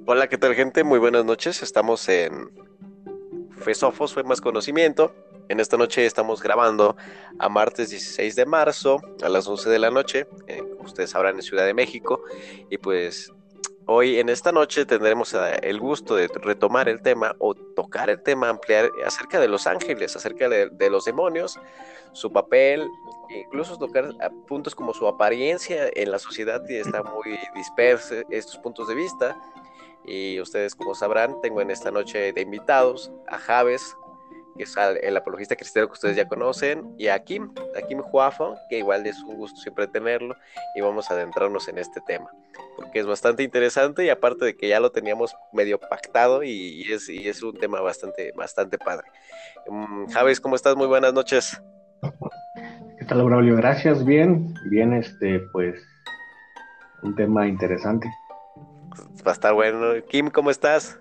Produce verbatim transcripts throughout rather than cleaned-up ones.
Hola, ¿qué tal, gente? Muy buenas noches. Estamos en Fesofos, fue más conocimiento. En esta noche estamos grabando a martes dieciséis de marzo a las once de la noche, eh, como ustedes sabrán, en Ciudad de México. Y pues hoy en esta noche tendremos eh, el gusto de retomar el tema o tocar el tema, ampliar acerca de los ángeles, acerca de, de los demonios, su papel, incluso tocar a puntos como su apariencia en la sociedad, y está muy disperso estos puntos de vista. Y ustedes, como sabrán, tengo en esta noche de invitados a Javes, que es el apologista cristiano que ustedes ya conocen, y a Kim, a Kim Huafo, que igual es un gusto siempre tenerlo, y vamos a adentrarnos en este tema, porque es bastante interesante y aparte de que ya lo teníamos medio pactado y, y es, y es un tema bastante, bastante padre. Um, Javes, ¿cómo estás? Muy buenas noches. ¿Qué tal, Braulio? Gracias, bien, bien, este, pues, un tema interesante. Va a estar bueno. Kim, ¿cómo estás?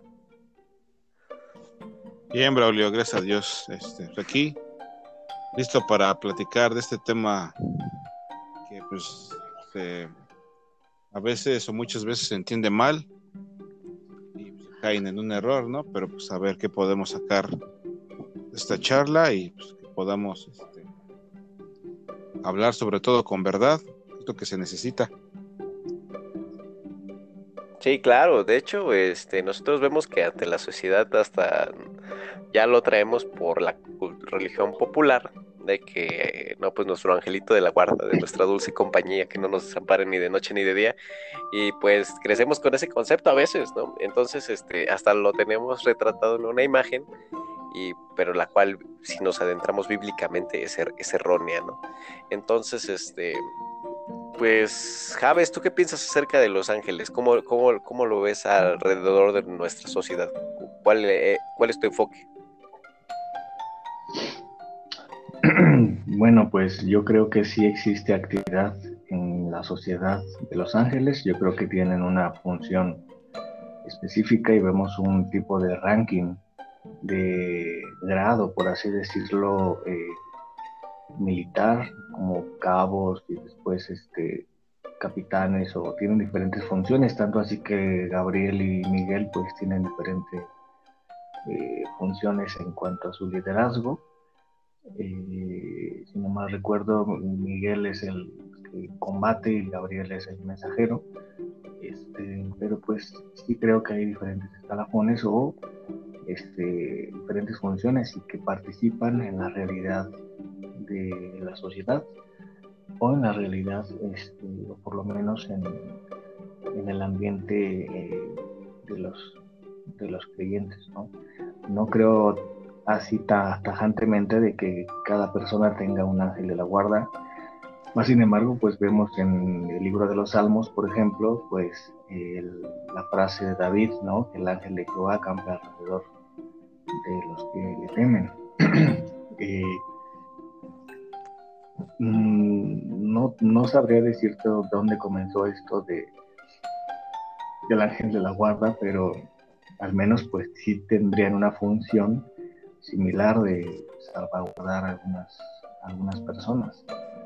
Bien, Braulio, gracias a Dios. Este, aquí, listo para platicar de este tema que, pues, se- a veces o muchas veces se entiende mal y pues, caen en un error, ¿no? Pero, pues, a ver qué podemos sacar de esta charla y pues, que podamos este, hablar sobre todo con verdad, es lo que se necesita. Sí, claro. De hecho, este, nosotros vemos que ante la sociedad hasta ya lo traemos por la cul- religión popular, de que no, pues nuestro angelito de la guarda, de nuestra dulce compañía, que no nos desampare ni de noche ni de día, y pues crecemos con ese concepto a veces, ¿no? Entonces, este, hasta lo tenemos retratado en una imagen, y, pero la cual, si nos adentramos bíblicamente, es, er- es errónea, ¿no? Entonces, este, pues, Javes, ¿tú qué piensas acerca de los ángeles? ¿Cómo, cómo, cómo lo ves alrededor de nuestra sociedad? ¿Cuál, eh, cuál es tu enfoque? Bueno, pues yo creo que sí existe actividad en la sociedad de Los Ángeles. Yo creo que tienen una función específica y vemos un tipo de ranking de grado, por así decirlo, eh, militar, como cabos y después este capitanes o tienen diferentes funciones, tanto así que Gabriel y Miguel pues tienen diferentes eh, funciones en cuanto a su liderazgo. Eh, si no mal recuerdo, Miguel es el que combate y Gabriel es el mensajero. Este, pero pues sí creo que hay diferentes escalafones o este, diferentes funciones y que participan en la realidad de la sociedad o en la realidad, este, o por lo menos en, en el ambiente eh, de, los, de los creyentes, ¿no? No creo así ta- tajantemente de que cada persona tenga un ángel de la guarda. Más sin embargo, pues vemos en el libro de los Salmos, por ejemplo, pues el, la frase de David, ¿no? Que el ángel de Jehová acampa alrededor de los que le temen. eh, mm, no, no sabría decirte dónde comenzó esto de, del ángel de la guarda, pero al menos pues sí tendrían una función similar de salvaguardar a algunas, a algunas personas.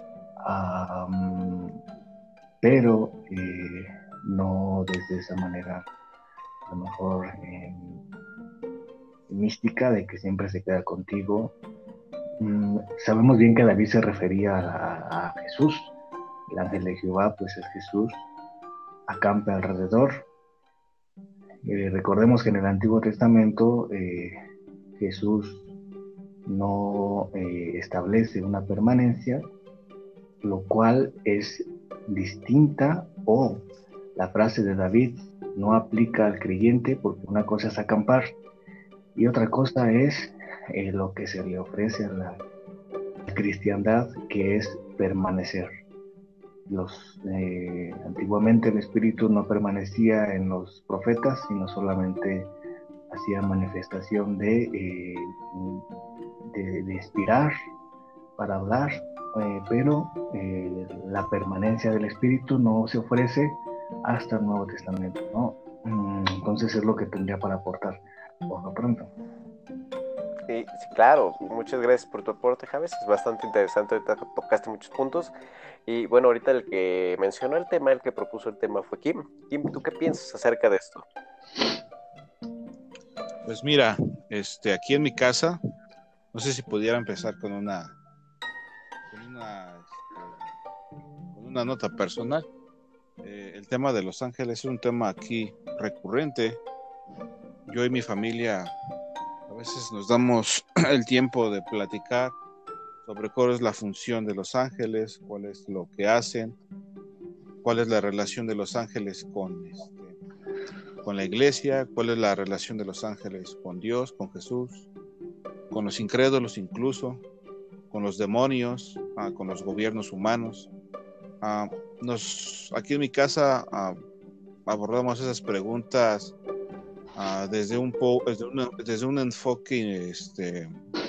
Um, pero eh, no desde esa manera, a lo mejor eh, mística, de que siempre se queda contigo. Mm, sabemos bien que David se refería a, a Jesús, el ángel de Jehová, pues es Jesús, acampa alrededor. Eh, recordemos que en el Antiguo Testamento eh, Jesús no eh, establece una permanencia, lo cual es distinta o la frase de David no aplica al creyente porque una cosa es acampar y otra cosa es eh, lo que se le ofrece a la cristiandad, que es permanecer. Los, eh, antiguamente el espíritu no permanecía en los profetas, sino solamente hacía manifestación de, eh, de, de inspirar para hablar, eh, pero eh, la permanencia del Espíritu no se ofrece hasta el Nuevo Testamento, ¿no? Mm, Entonces es lo que tendría para aportar por lo pronto. Sí, sí, claro. Muchas gracias por tu aporte, Javes. Es bastante interesante. Ahorita tocaste muchos puntos. Y bueno, ahorita el que mencionó el tema, el que propuso el tema fue Kim. Kim, ¿tú qué piensas acerca de esto? Pues mira, este, aquí en mi casa, no sé si pudiera empezar con una, con una, este, con una nota personal. Eh, el tema de Los Ángeles es un tema aquí recurrente. Yo y mi familia a veces nos damos el tiempo de platicar sobre cuál es la función de los ángeles, cuál es lo que hacen, cuál es la relación de los ángeles con, este, con la iglesia, cuál es la relación de los ángeles con Dios, con Jesús, con los incrédulos incluso, con los demonios, ah, con los gobiernos humanos. Ah, nos, aquí en mi casa ah, abordamos esas preguntas ah, desde, un po, desde, una, desde un enfoque este,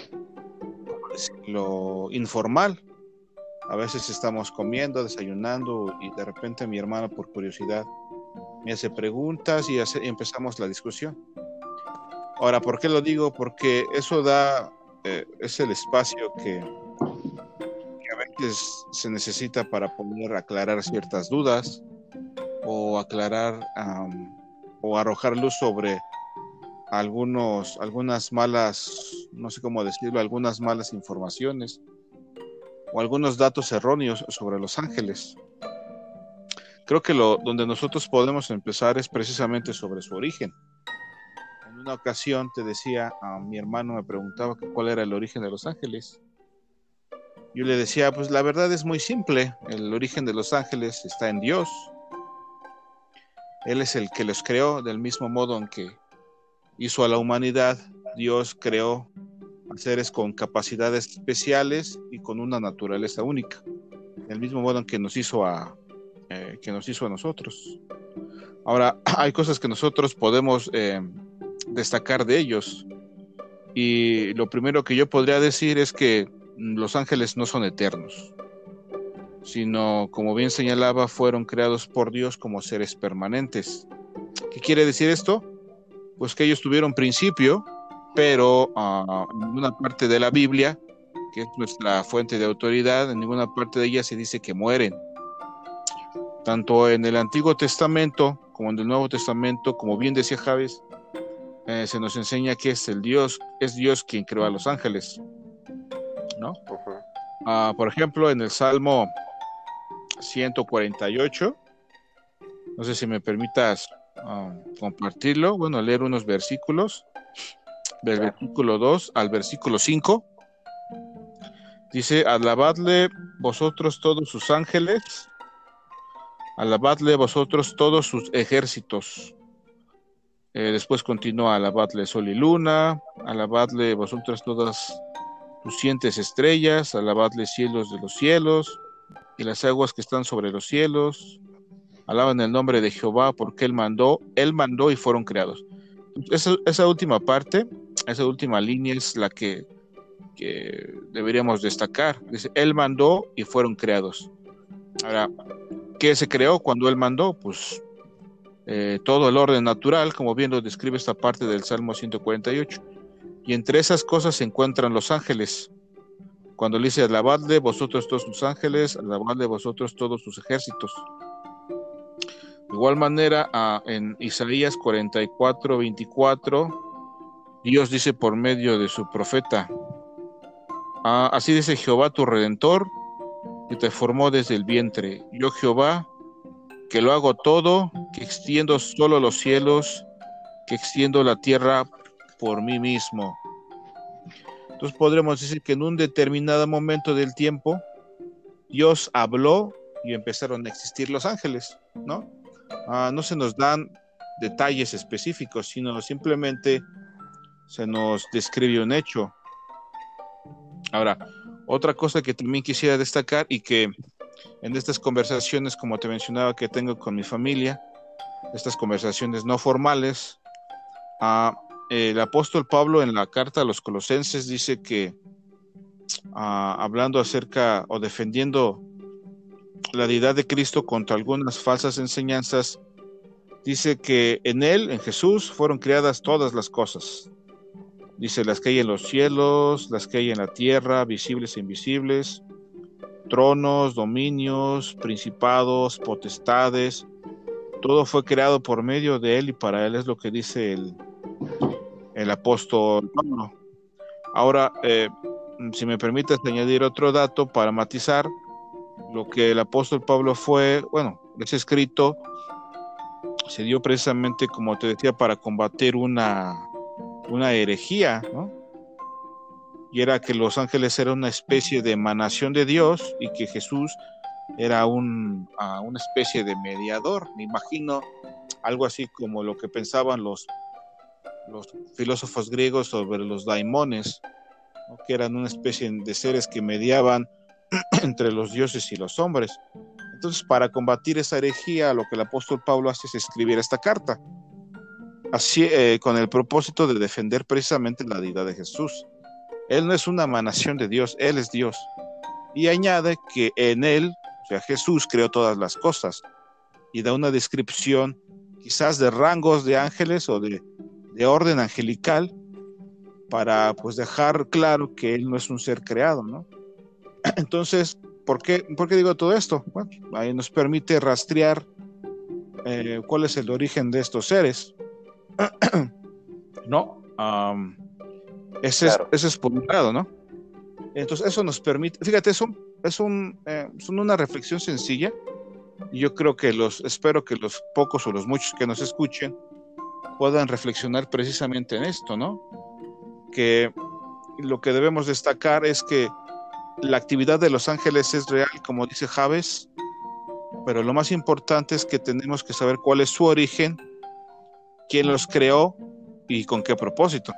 lo informal. A veces estamos comiendo, desayunando y de repente mi hermana por curiosidad me hace preguntas y, hace, y empezamos la discusión. Ahora, ¿por qué lo digo? Porque eso da, eh, es el espacio que, que a veces se necesita para poder aclarar ciertas dudas o aclarar um, o arrojar luz sobre algunos, algunas malas, no sé cómo decirlo, algunas malas informaciones o algunos datos erróneos sobre los ángeles. Creo que lo donde nosotros podemos empezar es precisamente sobre su origen. En una ocasión te decía, a mi hermano me preguntaba que cuál era el origen de los ángeles. Yo le decía, pues la verdad es muy simple, el origen de los ángeles está en Dios. Él es el que los creó, del mismo modo en que hizo a la humanidad. Dios creó a seres con capacidades especiales y con una naturaleza única, del mismo modo en que nos hizo a, eh, que nos hizo a nosotros. Ahora, hay cosas que nosotros podemos eh, destacar de ellos, y lo primero que yo podría decir es que los ángeles no son eternos, sino, como bien señalaba, fueron creados por Dios como seres permanentes. ¿Qué quiere decir esto? Pues que ellos tuvieron principio, pero uh, en ninguna parte de la Biblia, que es nuestra fuente de autoridad, en ninguna parte de ella se dice que mueren. Tanto en el Antiguo Testamento como en el Nuevo Testamento, como bien decía Javes, eh, se nos enseña que es el Dios, es Dios quien creó a los ángeles, ¿no? Uh-huh. Uh, por ejemplo, en el Salmo ciento cuarenta y ocho, no sé si me permitas uh, compartirlo, bueno, leer unos versículos. Del versículo dos al versículo cinco, dice: alabadle vosotros todos sus ángeles, alabadle vosotros todos sus ejércitos. Eh, después continúa: alabadle sol y luna, alabadle vosotras todas lucientes estrellas, alabadle cielos de los cielos y las aguas que están sobre los cielos, alaban el nombre de Jehová, porque él mandó, él mandó y fueron creados. Esa, esa última parte, esa última línea es la que, que deberíamos destacar. Dice, él mandó y fueron creados. Ahora, ¿qué se creó cuando él mandó? Pues eh, todo el orden natural, como bien lo describe esta parte del Salmo ciento cuarenta y ocho. Y entre esas cosas se encuentran los ángeles. Cuando le dice, alabadle vosotros todos sus ángeles, alabadle vosotros todos sus ejércitos. De igual manera, uh, en Isaías cuarenta y cuatro, veinticuatro, Dios dice por medio de su profeta, uh, así dice Jehová tu Redentor, que te formó desde el vientre. Yo Jehová, que lo hago todo, que extiendo solo los cielos, que extiendo la tierra por mí mismo. Entonces podremos decir que en un determinado momento del tiempo, Dios habló y empezaron a existir los ángeles, ¿no? Uh, no se nos dan detalles específicos, sino simplemente se nos describe un hecho. Ahora, otra cosa que también quisiera destacar y que en estas conversaciones, como te mencionaba, que tengo con mi familia, estas conversaciones no formales, uh, el apóstol Pablo en la carta a los Colosenses dice que uh, hablando acerca o defendiendo la deidad de Cristo contra algunas falsas enseñanzas, dice que en él, en Jesús, fueron creadas todas las cosas. Dice, las que hay en los cielos, las que hay en la tierra, visibles e invisibles, tronos, dominios, principados, potestades. todo fue creado por medio de Él y para Él, es lo que dice el, el apóstol Pablo. Ahora, eh, si me permites añadir otro dato para matizar, lo que el apóstol Pablo fue, bueno, ese escrito se dio precisamente, como te decía, para combatir una, una herejía, ¿no? Y era que los ángeles eran una especie de emanación de Dios y que Jesús era un, uh, una especie de mediador. Me imagino algo así como lo que pensaban los, los filósofos griegos sobre los daimones, ¿no? Que eran una especie de seres que mediaban entre los dioses y los hombres. Entonces, para combatir esa herejía, lo que el apóstol Pablo hace es escribir esta carta, así, eh, con el propósito de defender precisamente la deidad de Jesús. Él no es una emanación de Dios, Él es Dios. Y añade que en Él, o sea, Jesús creó todas las cosas, y da una descripción quizás de rangos de ángeles o de, de orden angelical, para pues dejar claro que Él no es un ser creado, ¿no? Entonces, ¿por qué, ¿por qué digo todo esto? Bueno, ahí nos permite rastrear eh, cuál es el origen de estos seres. ¿No? Um, ese, claro. es, ese es por un lado, ¿no? Entonces, eso nos permite, fíjate, es, un, es, un, eh, es una reflexión sencilla, y yo creo que los, espero que los pocos o los muchos que nos escuchen puedan reflexionar precisamente en esto, ¿no? Que lo que debemos destacar es que la actividad de los ángeles es real, como dice Javes, pero lo más importante es que tenemos que saber cuál es su origen, quién los creó y con qué propósito.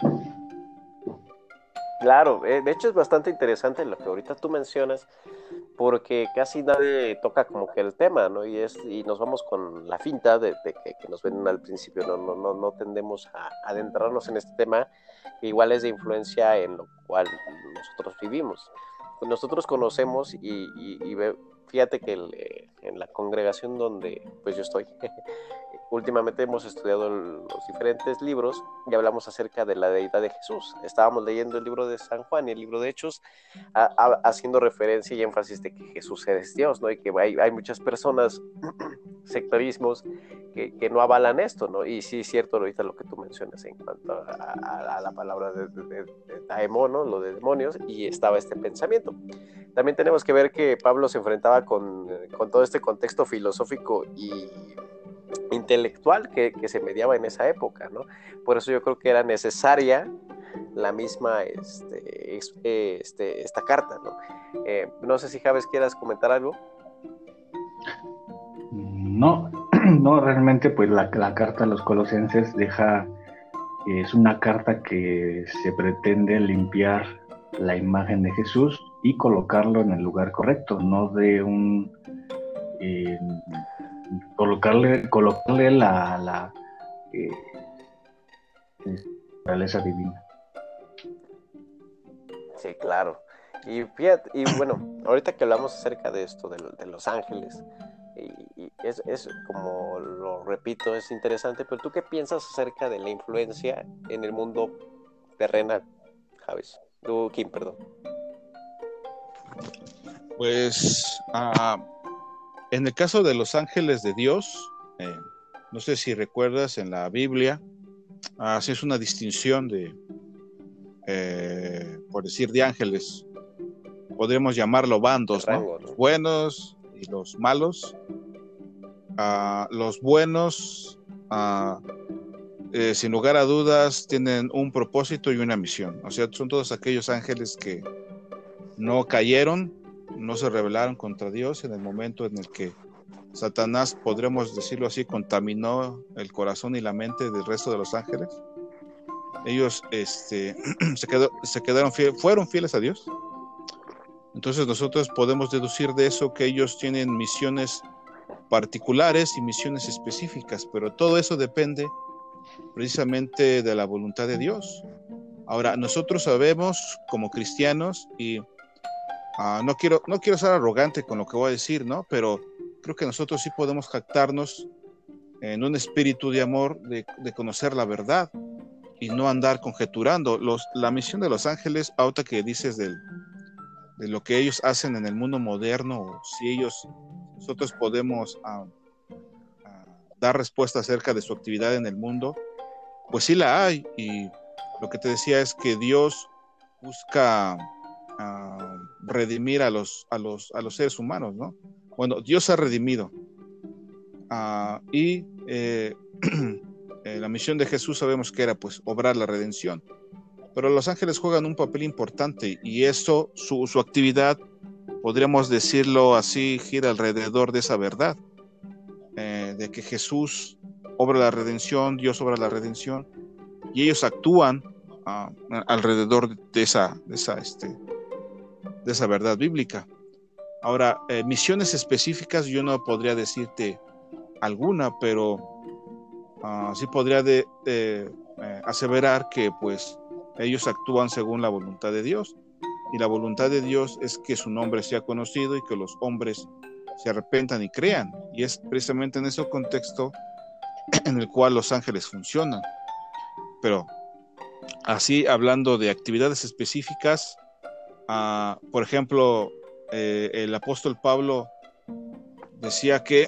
Claro, eh, de hecho es bastante interesante lo que ahorita tú mencionas, porque casi nadie toca como que el tema, ¿no? Y es y nos vamos con la finta de, de que, que nos ven al principio, no, no, no, no tendemos a, a adentrarnos en este tema, que igual es de influencia en lo cual nosotros vivimos. Pues nosotros conocemos y, y, y ve, fíjate que el, eh, en la congregación donde pues yo estoy, últimamente hemos estudiado los diferentes libros y hablamos acerca de la deidad de Jesús. Estábamos leyendo el libro de San Juan y el libro de Hechos, a, a, haciendo referencia y énfasis de que Jesús es Dios, ¿no? Y que hay, hay muchas personas, sectarismos, que, que no avalan esto, ¿no? Y sí es cierto ahorita lo que tú mencionas en cuanto a, a, a la palabra de, de, de, de daemon, ¿no? Lo de demonios, y estaba este pensamiento. También tenemos que ver que Pablo se enfrentaba con, con todo este contexto filosófico y intelectual que, que se mediaba en esa época, ¿no? Por eso yo creo que era necesaria la misma este, este, esta carta, ¿no? Eh, no sé si Javes quieras comentar algo. No, no, realmente pues la, la carta a los colosenses deja, es una carta que se pretende limpiar la imagen de Jesús y colocarlo en el lugar correcto, no de un eh, colocarle colocarle la, la eh, naturaleza divina. Sí, claro. Y fíjate, y bueno, ahorita que hablamos acerca de esto, de, de los ángeles, y, y es, es, como lo repito, es interesante, pero ¿tú qué piensas acerca de la influencia en el mundo terrenal, Javes? Tú, Kim, perdón. Pues, uh, en el caso de los ángeles de Dios, eh, no sé si recuerdas en la Biblia, así uh, es una distinción de, eh, por decir, de ángeles. Podríamos llamarlo bandos, rango, ¿no? Los buenos y los malos. Uh, los buenos, uh, eh, sin lugar a dudas, tienen un propósito y una misión. O sea, son todos aquellos ángeles que no cayeron, no se rebelaron contra Dios en el momento en el que Satanás, podremos decirlo así, contaminó el corazón y la mente del resto de los ángeles. Ellos este, se, quedó, se quedaron fieles, fueron fieles a Dios. Entonces nosotros podemos deducir de eso que ellos tienen misiones particulares y misiones específicas, pero todo eso depende precisamente de la voluntad de Dios. Ahora, nosotros sabemos como cristianos, y uh, no quiero, no quiero ser arrogante con lo que voy a decir, ¿no? Pero creo que nosotros sí podemos jactarnos en un espíritu de amor, de, de conocer la verdad y no andar conjeturando. Los, la misión de los ángeles, ahorita que dices del, de lo que ellos hacen en el mundo moderno, si ellos, nosotros podemos uh, uh, dar respuesta acerca de su actividad en el mundo, pues sí la hay, y lo que te decía es que Dios busca uh, redimir a los, a, los, a los seres humanos, ¿no? Bueno, Dios ha redimido, uh, y eh, eh, la misión de Jesús sabemos que era pues obrar la redención, pero los ángeles juegan un papel importante, y eso, su, su actividad, podríamos decirlo así, gira alrededor de esa verdad, eh, de que Jesús obra la redención, Dios obra la redención, y ellos actúan uh, alrededor de esa, de, esa, este, de esa verdad bíblica. Ahora, eh, misiones específicas yo no podría decirte alguna, pero uh, sí podría de, de, eh, aseverar que pues ellos actúan según la voluntad de Dios, y la voluntad de Dios es que su nombre sea conocido y que los hombres se arrepentan y crean, y es precisamente en ese contexto en el cual los ángeles funcionan. Pero así, hablando de actividades específicas, uh, por ejemplo, eh, el apóstol Pablo decía que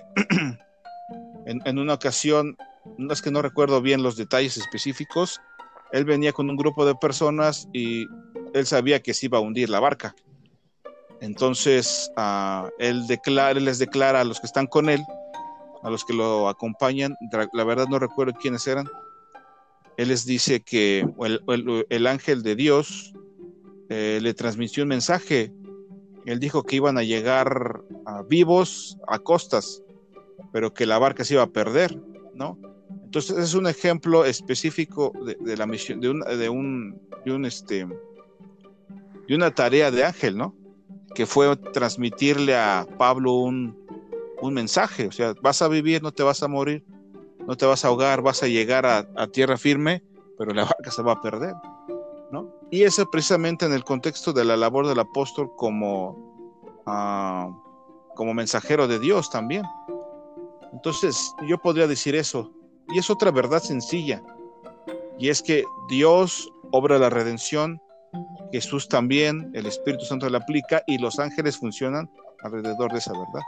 en, en una ocasión, no es que no recuerdo bien los detalles específicos, él venía con un grupo de personas y él sabía que se iba a hundir la barca. Entonces, uh, él, declara, él les declara a los que están con él, a los que lo acompañan, la verdad no recuerdo quiénes eran, él les dice que el, el, el ángel de Dios eh, le transmitió un mensaje. Él dijo que iban a llegar uh, vivos a costas, pero que la barca se iba a perder, ¿no? Entonces es un ejemplo específico de, de la misión, de un, de un, de un este, de una tarea de ángel, ¿no? Que fue transmitirle a Pablo un, un mensaje, o sea, vas a vivir, no te vas a morir, no te vas a ahogar, vas a llegar a, a tierra firme, pero la barca se va a perder, ¿no? Y eso precisamente en el contexto de la labor del apóstol como, uh, como mensajero de Dios también. Entonces yo podría decir eso, y es otra verdad sencilla, y es que Dios obra la redención, Jesús también, el Espíritu Santo la aplica, y los ángeles funcionan alrededor de esa verdad.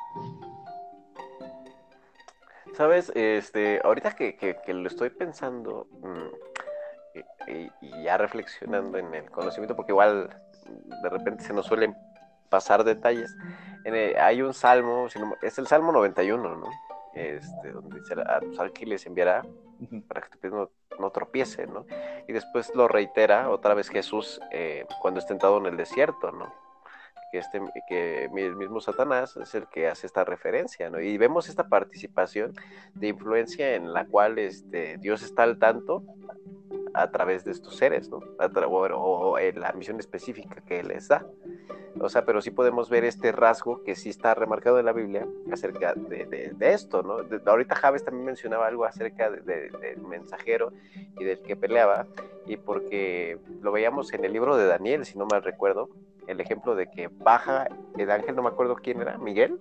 Sabes, este, ahorita que, que, que lo estoy pensando mmm, y, y ya reflexionando en el conocimiento, porque igual de repente se nos suelen pasar detalles. En el, hay un salmo, si no, es el Salmo noventa y uno, ¿no? Este, donde dice: a tus ángeles enviará uh-huh. para que tu pie no, no tropiece, ¿no? Y después lo reitera otra vez Jesús eh, cuando es tentado en el desierto, ¿no? Que, este, que el mismo Satanás es el que hace esta referencia, ¿no? Y vemos esta participación de influencia en la cual este, Dios está al tanto a través de estos seres, ¿no? Tra- o, o en la misión específica que les da. O sea, pero sí podemos ver este rasgo que sí está remarcado en la Biblia acerca de, de, de esto, ¿no? De, de, ahorita Javes también mencionaba algo acerca de, de, del mensajero y del que peleaba, y porque lo veíamos en el libro de Daniel, si no mal recuerdo, el ejemplo de que baja el ángel, no me acuerdo quién era, Miguel.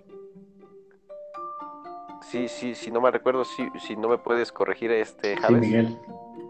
Sí, sí, si no mal recuerdo, sí, si no me puedes corregir, este, Javes. Sí, Miguel.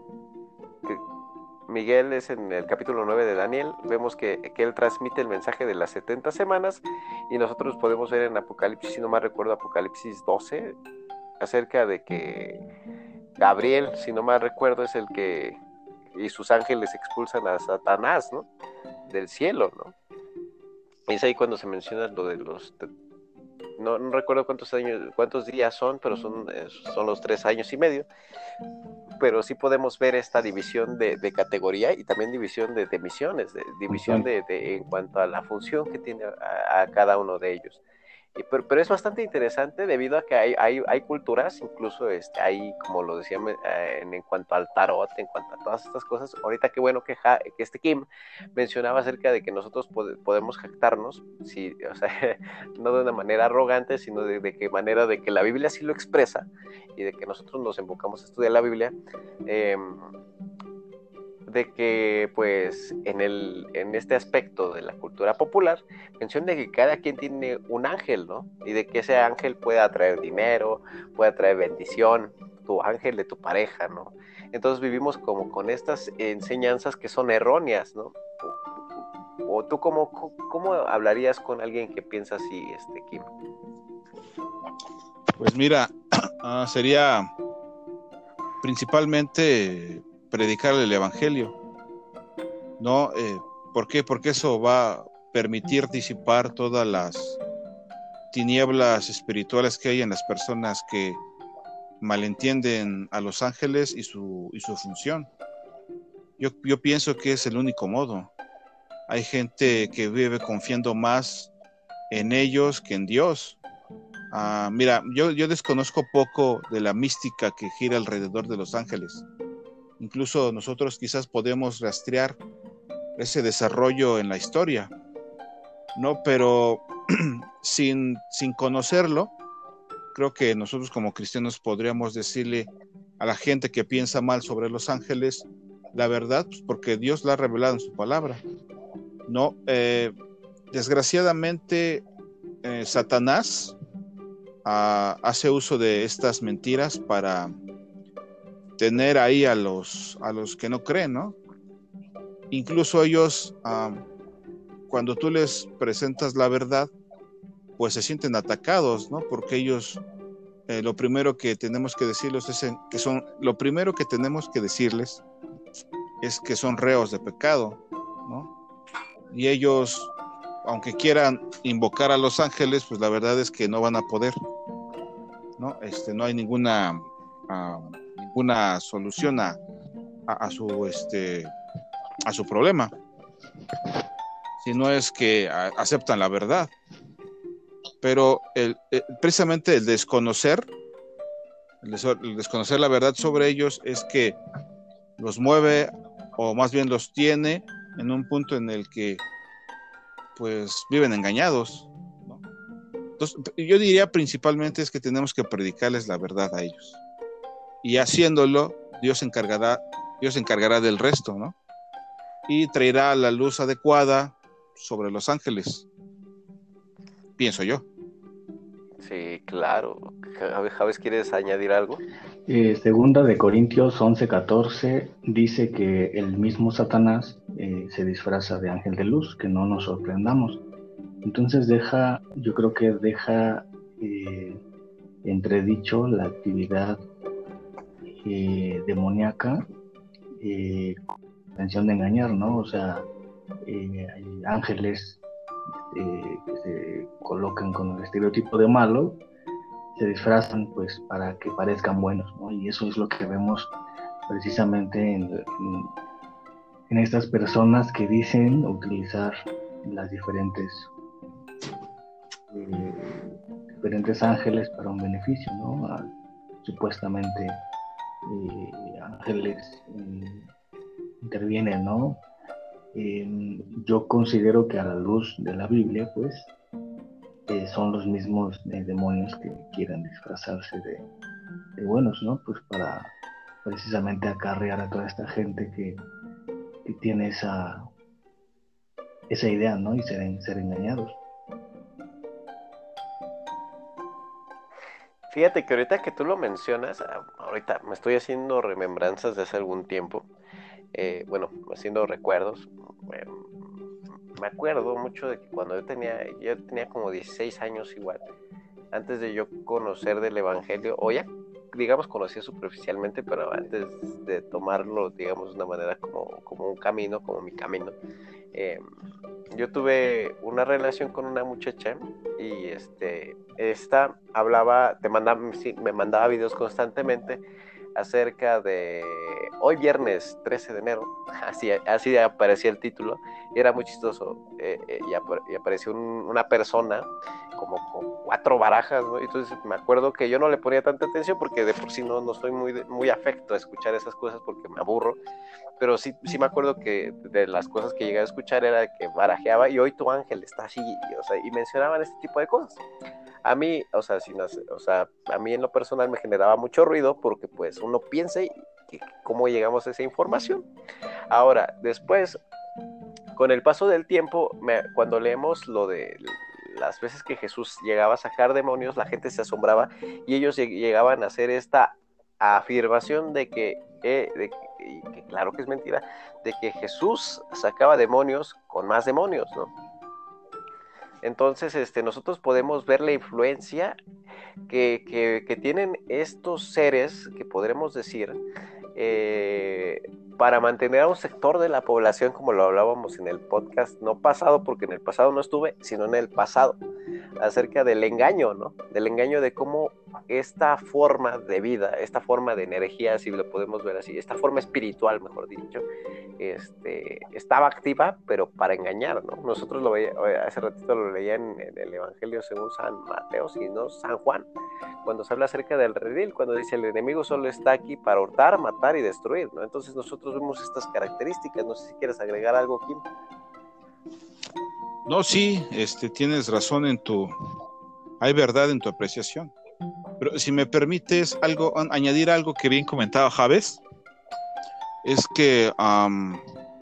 Miguel es en el capítulo nueve de Daniel, vemos que, que él transmite el mensaje de las setenta semanas, y nosotros podemos ver en Apocalipsis, si no mal recuerdo, Apocalipsis doce, acerca de que Gabriel, si no mal recuerdo, es el que, y sus ángeles expulsan a Satanás, ¿no? Del cielo, ¿no? Y es ahí cuando se menciona lo de los, no, no recuerdo cuántos años, cuántos días son, pero son, son los tres años y medio. Pero sí podemos ver esta división de, de categoría y también división de, de misiones, de, división de, de, en cuanto a la función que tiene a, a cada uno de ellos. Y, pero, pero es bastante interesante debido a que hay, hay, hay culturas, incluso este, hay, como lo decía eh, en, en cuanto al tarot, en cuanto a todas estas cosas. Ahorita qué bueno que, ja, que este Kim mencionaba acerca de que nosotros pod podemos jactarnos, sí, o sea, no de una manera arrogante, sino de, de qué manera de que la Biblia sí lo expresa, y de que nosotros nos enfocamos a estudiar la Biblia, eh, de que pues en, el, en este aspecto de la cultura popular menciona que cada quien tiene un ángel, ¿no? Y de que ese ángel puede atraer dinero, puede atraer bendición, tu ángel de tu pareja, ¿no? Entonces vivimos como con estas enseñanzas que son erróneas, ¿no? O, o tú cómo, cómo hablarías con alguien que piensa así, este, Kim. Pues mira, uh, sería principalmente predicar el evangelio, ¿no? Eh, ¿por qué? Porque eso va a permitir disipar todas las tinieblas espirituales que hay en las personas que malentienden a los ángeles y su, y su función. Yo, yo pienso que es el único modo. Hay gente que vive confiando más en ellos que en Dios. Uh, mira, yo, yo desconozco poco de la mística que gira alrededor de los ángeles. Incluso nosotros quizás podemos rastrear ese desarrollo en la historia, ¿no? Pero sin, sin conocerlo, creo que nosotros como cristianos podríamos decirle a la gente que piensa mal sobre los ángeles la verdad, pues porque Dios la ha revelado en su palabra, ¿no? Eh, desgraciadamente, eh, Satanás uh, hace uso de estas mentiras para tener ahí a los, a los que no creen, ¿no? Incluso ellos, uh, cuando tú les presentas la verdad, pues se sienten atacados, ¿no? Porque ellos, eh, lo primero que tenemos que decirles es en, que son, lo primero que tenemos que decirles es que son reos de pecado, ¿no? Y ellos, aunque quieran invocar a los ángeles, pues la verdad es que no van a poder, ¿no? Este, no hay ninguna, uh, ninguna solución a, a, a su, este, a su problema, si no es que a, aceptan la verdad. Pero el, el, precisamente el desconocer, el, des, el desconocer la verdad sobre ellos es que los mueve, o más bien los tiene en un punto en el que pues viven engañados, ¿no? Entonces, yo diría principalmente es que tenemos que predicarles la verdad a ellos, y haciéndolo Dios encargará, Dios se encargará del resto, ¿no? Y traerá la luz adecuada sobre los ángeles, pienso yo. Sí, claro. Javes, ¿quieres añadir algo? Eh, segunda de Corintios once catorce dice que el mismo Satanás eh, se disfraza de ángel de luz, que no nos sorprendamos. Entonces deja, yo creo que deja eh, entredicho la actividad eh, demoníaca eh, con la intención de engañar, ¿no? O sea, eh, hay ángeles eh, que se colocan con el estereotipo de malo, se disfrazan pues para que parezcan buenos, ¿no? Y eso es lo que vemos precisamente en, en, en estas personas que dicen utilizar las diferentes eh, diferentes ángeles para un beneficio, ¿no? A, supuestamente eh, ángeles eh, intervienen, ¿no? Eh, yo considero que a la luz de la Biblia, pues, eh, son los mismos eh, demonios que quieran disfrazarse de, de buenos, ¿no? Pues para precisamente acarrear a toda esta gente que, que tiene esa, esa idea, ¿no? Y ser, ser engañados. Fíjate que ahorita que tú lo mencionas, ahorita me estoy haciendo remembranzas de hace algún tiempo, eh, bueno, haciendo recuerdos. Eh, me acuerdo mucho de que cuando yo tenía, yo tenía como dieciséis años igual, antes de yo conocer del evangelio, o ya, digamos, conocía superficialmente, pero antes de tomarlo, digamos, de una manera como, como un camino, como mi camino, eh, yo tuve una relación con una muchacha y este, esta hablaba, te mandaba, sí, me mandaba videos constantemente acerca de hoy viernes trece de enero, así, así aparecía el título, y era muy chistoso, eh, eh, y, ap y apareció un, una persona como con cuatro barajas, ¿no? Entonces me acuerdo que yo no le ponía tanta atención porque de por sí no, no estoy muy, muy afecto a escuchar esas cosas porque me aburro, pero sí, sí me acuerdo que de las cosas que llegué a escuchar era que barajeaba y hoy tu ángel está así, y, o sea, y mencionaban este tipo de cosas. A mí, o sea, si no, o sea, a mí en lo personal me generaba mucho ruido porque pues uno piensa y que, cómo llegamos a esa información. Ahora, después, con el paso del tiempo, me, cuando leemos lo de las veces que Jesús llegaba a sacar demonios, la gente se asombraba y ellos llegaban a hacer esta afirmación de que, eh, de que, y que claro que es mentira, de que Jesús sacaba demonios con más demonios, ¿no? Entonces, este, nosotros podemos ver la influencia que, que, que tienen estos seres, que podremos decir, eh, para mantener a un sector de la población, como lo hablábamos en el podcast, no pasado, porque en el pasado no estuve, sino en el pasado, acerca del engaño, ¿no? Del engaño de cómo esta forma de vida, esta forma de energía, si lo podemos ver así, esta forma espiritual, mejor dicho, este, estaba activa, pero para engañar, ¿no? Nosotros lo veía, hace ratito lo leía en, en el Evangelio según San Mateo, si no San Juan, cuando se habla acerca del redil, cuando dice el enemigo solo está aquí para hurtar, matar y destruir, ¿no? Entonces nosotros vemos estas características. No sé si quieres agregar algo, Kim. No, sí, este, tienes razón en tu, hay verdad en tu apreciación. Pero si me permites algo, añadir algo que bien comentaba Javes, es que um,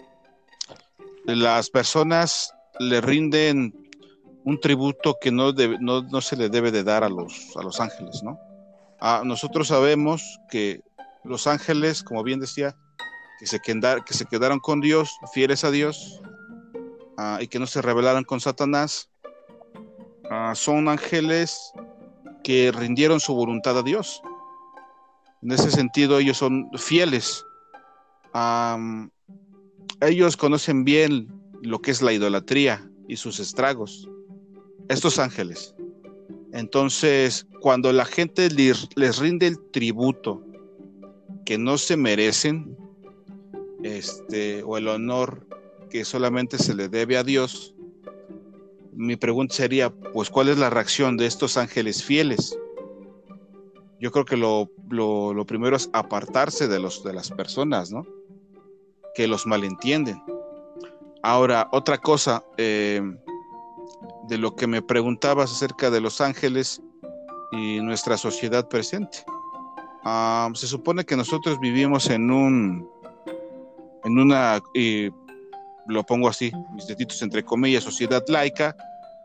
las personas le rinden un tributo que no, debe, no, no se le debe de dar a los, a los ángeles, ¿no? Ah, nosotros sabemos que los ángeles, como bien decía, que se, quedar, que se quedaron con Dios, fieles a Dios, uh, y que no se rebelaron con Satanás, uh, son ángeles que rindieron su voluntad a Dios. En ese sentido, ellos son fieles. Um, ellos conocen bien lo que es la idolatría y sus estragos. Estos ángeles. Entonces, cuando la gente les, les rinde el tributo que no se merecen, este, o el honor que solamente se le debe a Dios, mi pregunta sería, pues, ¿cuál es la reacción de estos ángeles fieles? Yo creo que lo, lo, lo primero es apartarse de, los, de las personas, ¿no? Que los malentienden. Ahora, otra cosa, eh, de lo que me preguntabas acerca de los ángeles y nuestra sociedad presente. Uh, se supone que nosotros vivimos en un, en una, y lo pongo así, mis deditos entre comillas, sociedad laica,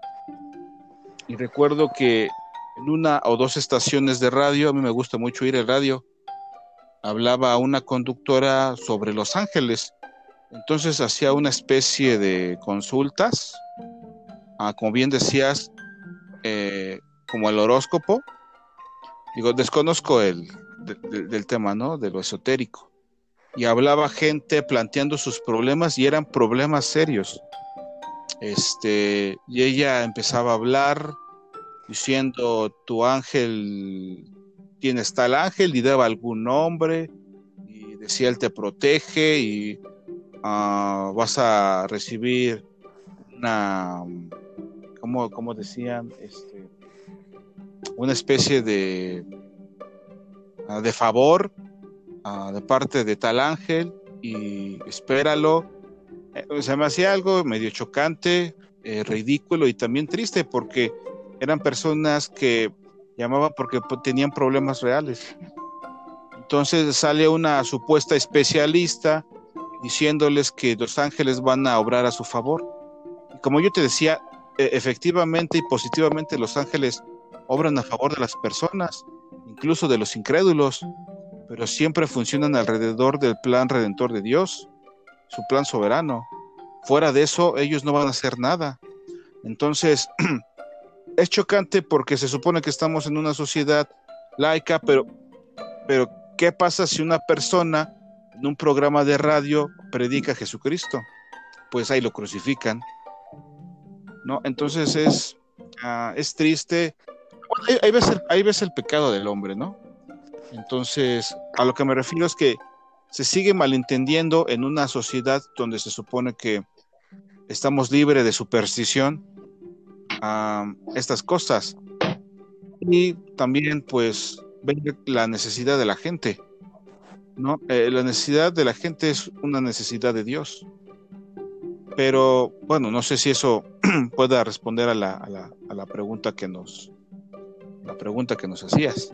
y recuerdo que en una o dos estaciones de radio, a mí me gusta mucho oír el radio, hablaba una conductora sobre los ángeles, entonces hacía una especie de consultas, uh, como bien decías, eh, como el horóscopo. Digo, desconozco el de, de, del tema, ¿no? De lo esotérico. Y hablaba gente planteando sus problemas y eran problemas serios. Este, y ella empezaba a hablar diciendo, tu ángel, tienes tal ángel, y daba algún nombre, y decía, él te protege, y uh, vas a recibir una, ¿cómo, cómo decían? Este, una especie de, uh, de favor uh, de parte de tal ángel, y espéralo. Eh, se me hacía algo medio chocante, eh, ridículo y también triste, porque eran personas que llamaban porque tenían problemas reales. Entonces sale una supuesta especialista diciéndoles que los ángeles van a obrar a su favor. Y como yo te decía, eh, efectivamente y positivamente los ángeles obran a favor de las personas, incluso de los incrédulos, pero siempre funcionan alrededor del plan redentor de Dios, su plan soberano. Fuera de eso, ellos no van a hacer nada. Entonces, es chocante porque se supone que estamos en una sociedad laica, pero, pero ¿qué pasa si una persona en un programa de radio predica a Jesucristo? Pues ahí lo crucifican, ¿no? Entonces es, uh, es triste. Bueno, ahí, ahí, ves el, ahí ves el pecado del hombre, ¿no? Entonces, a lo que me refiero es que se sigue malentendiendo en una sociedad donde se supone que estamos libres de superstición a uh, estas cosas. Y también, pues, ver la necesidad de la gente, ¿no? Eh, la necesidad de la gente es una necesidad de Dios. Pero, bueno, no sé si eso pueda responder a la, a la, a la pregunta que nos, la pregunta que nos hacías.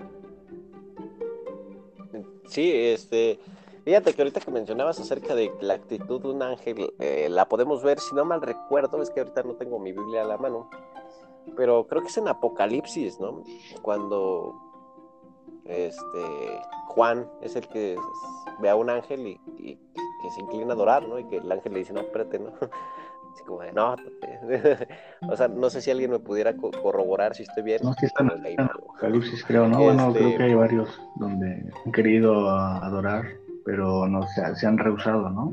Sí, este, fíjate que ahorita que mencionabas acerca de la actitud de un ángel, eh, la podemos ver, si no mal recuerdo, es que ahorita no tengo mi Biblia a la mano, pero creo que es en Apocalipsis, ¿no? Cuando este Juan es el que ve a un ángel y, y que se inclina a adorar, ¿no? Y que el ángel le dice, no, espérate, ¿no? Así como de, no, o sea, no sé si alguien me pudiera co- corroborar si estoy bien. No, sí están Ok, en no. Apocalipsis, creo, ¿no? Bueno, creo Este, que hay varios donde han querido ah, adorar, pero no se, se han rehusado, ¿no?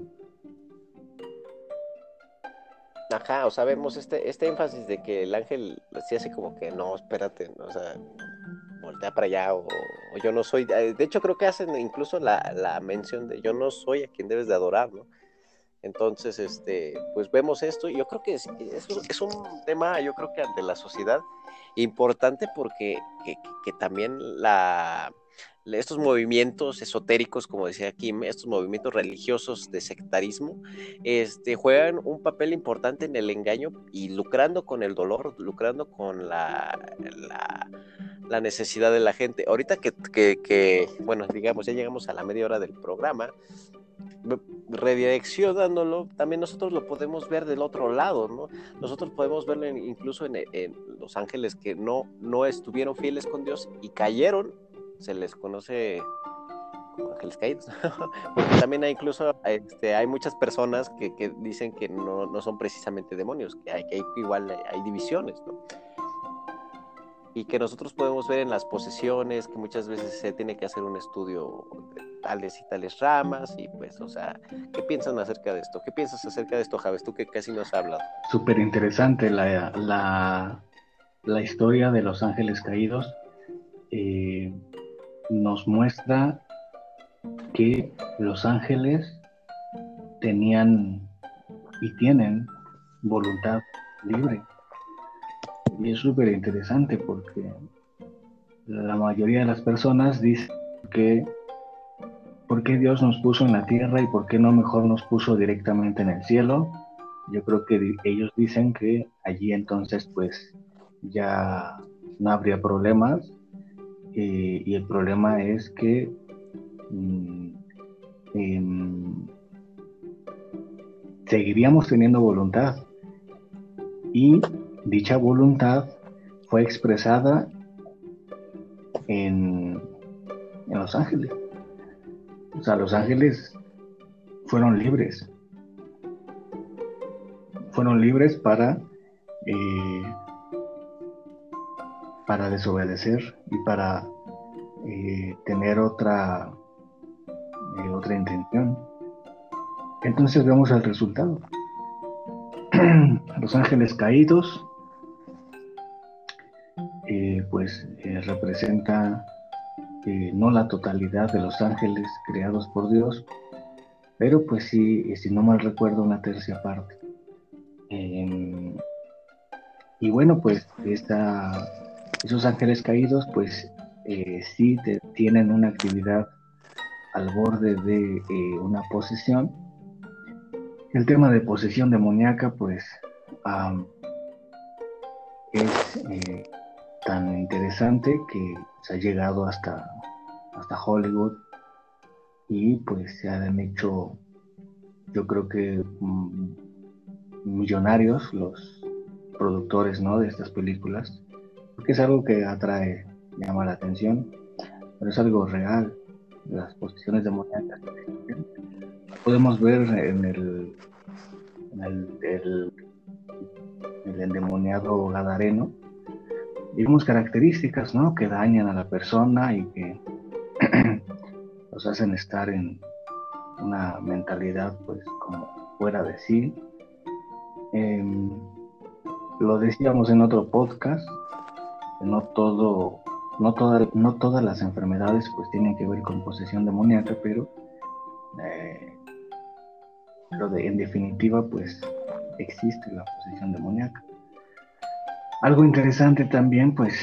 ajá, o sea, vemos este, este énfasis de que el ángel sí hace como que, no, espérate, o sea, voltea para allá, o, o yo no soy, eh, de hecho creo que hacen incluso la, la mención de yo no soy a quien debes de adorar, ¿no? Entonces, este, pues vemos esto y yo creo que es, es, un- es un tema, yo creo que ante la sociedad importante porque que, que- que también la, estos movimientos esotéricos, como decía Kim, estos movimientos religiosos de sectarismo, este, juegan un papel importante en el engaño y lucrando con el dolor, lucrando con la, la, la necesidad de la gente. Ahorita que, que, que, bueno, digamos, ya llegamos a la media hora del programa, redireccionándolo, también nosotros lo podemos ver del otro lado, ¿no? Nosotros podemos verlo en, incluso en, en, los ángeles que no, no estuvieron fieles con Dios y cayeron, se les conoce como ángeles caídos, porque también hay incluso, este, hay muchas personas que, que dicen que no, no, son precisamente demonios, que hay, que hay igual hay, hay divisiones, ¿no? Y que nosotros podemos ver en las posesiones, que muchas veces se tiene que hacer un estudio de tales y tales ramas, y pues, o sea, ¿qué piensan acerca de esto? ¿Qué piensas acerca de esto, Javes? Tú que casi no has hablado. Súper interesante la, la, la historia de los ángeles caídos. Eh, nos muestra que los ángeles tenían y tienen voluntad libre. Y es súper interesante porque la mayoría de las personas dicen que ¿por qué Dios nos puso en la tierra y por qué no mejor nos puso directamente en el cielo? Yo creo que di- ellos dicen que allí entonces pues ya no habría problemas, eh, y el problema es que mm, em, seguiríamos teniendo voluntad y dicha voluntad fue expresada en, en los ángeles. O sea, los ángeles fueron libres, fueron libres para, eh, para desobedecer y para eh, tener otra, eh, otra intención. Entonces vemos el resultado. Los ángeles caídos, eh, pues eh, representa eh, no la totalidad de los ángeles creados por Dios, pero pues sí, si no mal recuerdo, una tercia parte. Eh, y bueno, pues esta, esos ángeles caídos, pues eh, sí te, tienen una actividad al borde de eh, una posesión. El tema de posesión demoníaca, pues um, es eh, tan interesante que se ha llegado hasta, hasta Hollywood y pues se han hecho, yo creo que um, millonarios los productores, ¿no?, de estas películas, porque es algo que atrae, llama la atención, pero es algo real. Las posesiones demoníacas existen. Podemos ver en el, en el, el, el endemoniado gadareno, y vemos características, ¿no?, que dañan a la persona y que los hacen estar en una mentalidad pues como fuera de sí. Eh, lo decíamos en otro podcast, que no todo, no, toda, no todas las enfermedades pues tienen que ver con posesión demoníaca, pero, eh, pero de, en definitiva pues existe la posesión demoníaca. Algo interesante también, pues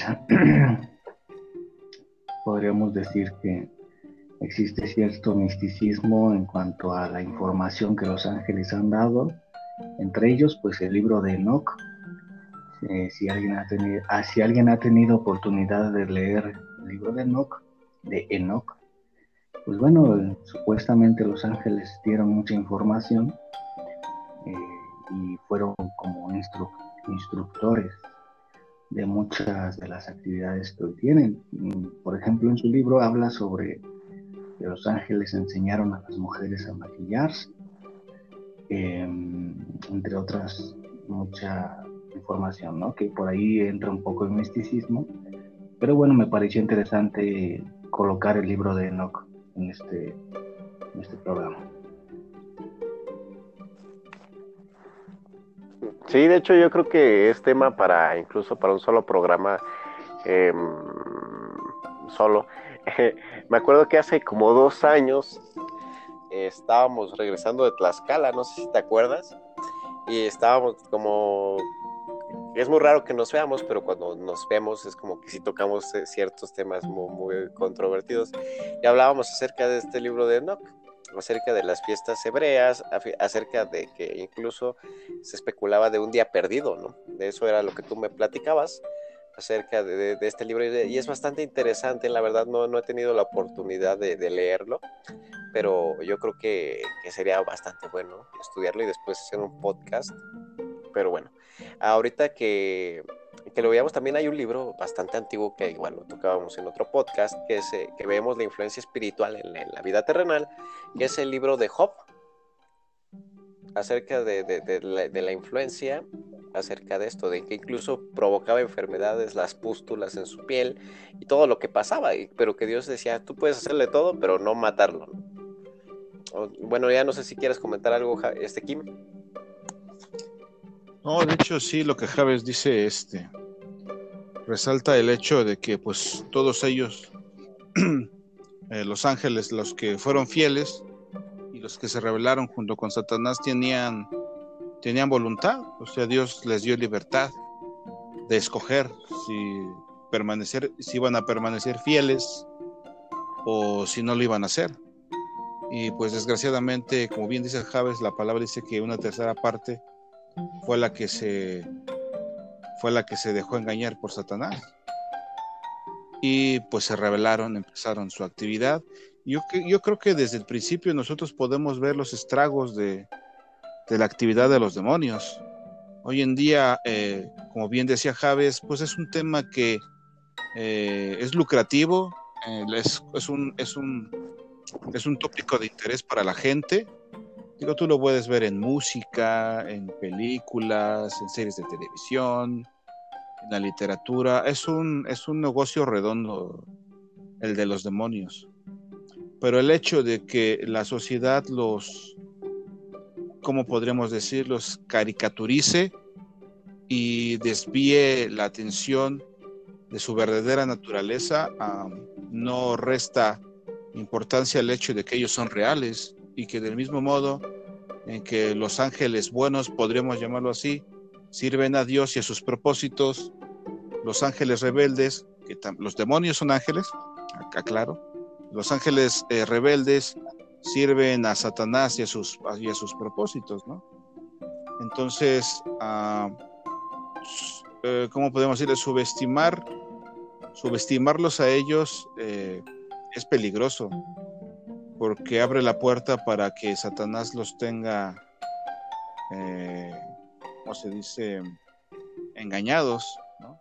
podríamos decir que existe cierto misticismo en cuanto a la información que los ángeles han dado, entre ellos pues el libro de Enoch. Eh, si, alguien ha tenido, ah, si alguien ha tenido oportunidad de leer el libro de Enoch, de Enoch, pues bueno, eh, supuestamente los ángeles dieron mucha información, eh, y fueron como instru- instructores de muchas de las actividades que hoy tienen. Por ejemplo, en su libro habla sobre que los ángeles enseñaron a las mujeres a maquillarse, eh, entre otras, mucha información, ¿no? Que por ahí entra un poco el misticismo, pero bueno, me pareció interesante colocar el libro de Enoch en este, en este programa. Sí, de hecho yo creo que es tema para incluso para un solo programa eh, solo. Me acuerdo que hace como dos años eh, estábamos regresando de Tlaxcala, no sé si te acuerdas, y estábamos como... Es muy raro que nos veamos, pero cuando nos vemos es como que sí tocamos ciertos temas muy, muy controvertidos. Y hablábamos acerca de este libro de Enoch, acerca de las fiestas hebreas, acerca de que incluso se especulaba de un día perdido, ¿no? De eso era lo que tú me platicabas acerca de, de, de este libro, y es bastante interesante. La verdad no, no he tenido la oportunidad de, de leerlo, pero yo creo que, que sería bastante bueno estudiarlo y después hacer un podcast. Pero bueno, ahorita que, que lo veamos, también hay un libro bastante antiguo que igual lo tocábamos en otro podcast, que es eh, que vemos la influencia espiritual en, en la vida terrenal, que es el libro de Job, acerca de, de, de, la, de la influencia, acerca de esto, de que incluso provocaba enfermedades, las pústulas en su piel y todo lo que pasaba, y, pero que Dios decía, tú puedes hacerle todo, pero no matarlo, ¿no? O, bueno, ya no sé si quieres comentar algo, este Kim. No, de hecho sí, lo que Javes dice, este, resalta el hecho de que pues todos ellos, eh, los ángeles, los que fueron fieles y los que se rebelaron junto con Satanás tenían, tenían voluntad, o sea, Dios les dio libertad de escoger si permanecer, si iban a permanecer fieles o si no lo iban a hacer. Y pues desgraciadamente, como bien dice Javes, la palabra dice que una tercera parte fue la que se fue la que se dejó engañar por Satanás, y pues se rebelaron, empezaron su actividad. Yo, yo creo que desde el principio nosotros podemos ver los estragos de, de la actividad de los demonios. Hoy en día, eh, como bien decía Javes, pues es un tema que eh, es lucrativo, eh, es, es, un, es, un, es un tópico de interés para la gente. Digo, tú lo puedes ver en música, en películas, en series de televisión, en la literatura. Es un, es un negocio redondo el de los demonios. Pero el hecho de que la sociedad los, ¿cómo podríamos decir? Los caricaturice y desvíe la atención de su verdadera naturaleza, um, no resta importancia al hecho de que ellos son reales, y que del mismo modo en que los ángeles buenos, podríamos llamarlo así, sirven a Dios y a sus propósitos, los ángeles rebeldes, que tam- los demonios son ángeles, acá claro, los ángeles eh, rebeldes sirven a Satanás y a sus, y a sus propósitos, ¿no? Entonces, uh, eh, ¿cómo podemos decirle? Subestimar, subestimarlos a ellos eh, es peligroso, porque abre la puerta para que Satanás los tenga, eh, ¿cómo se dice?, engañados, ¿no?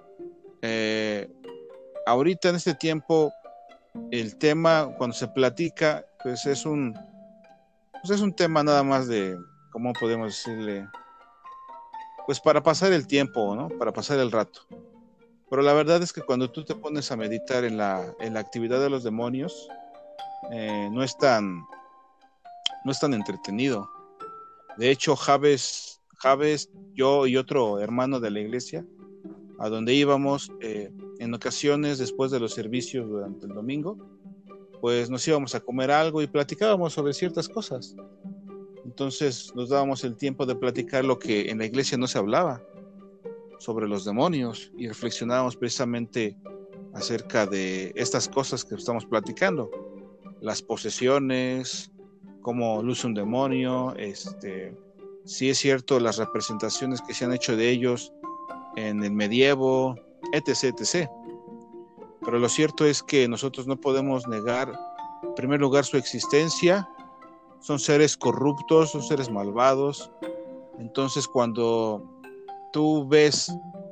Eh, ahorita en este tiempo, el tema, cuando se platica, pues es un, pues es un tema nada más de, ¿cómo podemos decirle? Pues para pasar el tiempo, ¿no? Para pasar el rato. Pero la verdad es que cuando tú te pones a meditar en la, en la actividad de los demonios, eh, no es tan, no es tan entretenido. De hecho, Javes, Javes, yo y otro hermano de la iglesia, a donde íbamos, eh, en ocasiones después de los servicios durante el domingo, pues nos íbamos a comer algo y platicábamos sobre ciertas cosas. Entonces nos dábamos el tiempo de platicar lo que en la iglesia no se hablaba, sobre los demonios, y reflexionábamos precisamente acerca de estas cosas que estamos platicando, las posesiones, cómo luce un demonio, este, si es cierto las representaciones que se han hecho de ellos en el medievo, etc, etcétera. Pero lo cierto es que nosotros no podemos negar, en primer lugar, su existencia. Son seres corruptos, son seres malvados. Entonces, cuando tú ves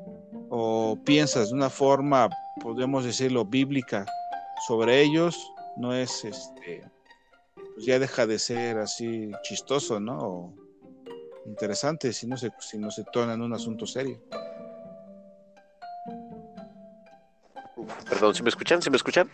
o piensas de una forma, podemos decirlo, bíblica sobre ellos, no es, este, pues ya deja de ser así chistoso, ¿no? O, interesante si no se, si no se torna en un asunto serio. Perdón, ¿si me escuchan? ¿Si me escuchan?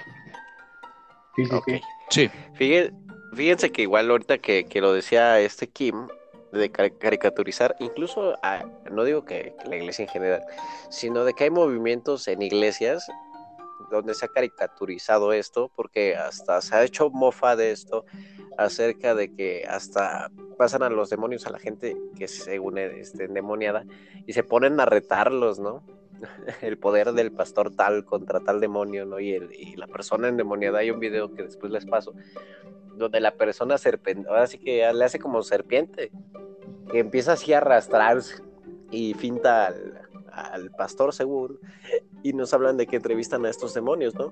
Sí, sí, Ok. sí. Sí. Fíjense, fíjense que igual ahorita que, que lo decía este Kim, de car- caricaturizar, incluso, a- no digo que, que la iglesia en general, sino de que hay movimientos en iglesias donde se ha caricaturizado esto, porque hasta se ha hecho mofa de esto, acerca de que hasta pasan a los demonios a la gente que según este, endemoniada y se ponen a retarlos, ¿no? El poder del pastor tal contra tal demonio, ¿no? Y, el, y la persona endemoniada, hay un video que después les paso, donde la persona serpiente, ahora sí que le hace como serpiente, que empieza así a arrastrarse y finta al, al pastor según, y nos hablan de que entrevistan a estos demonios, ¿no?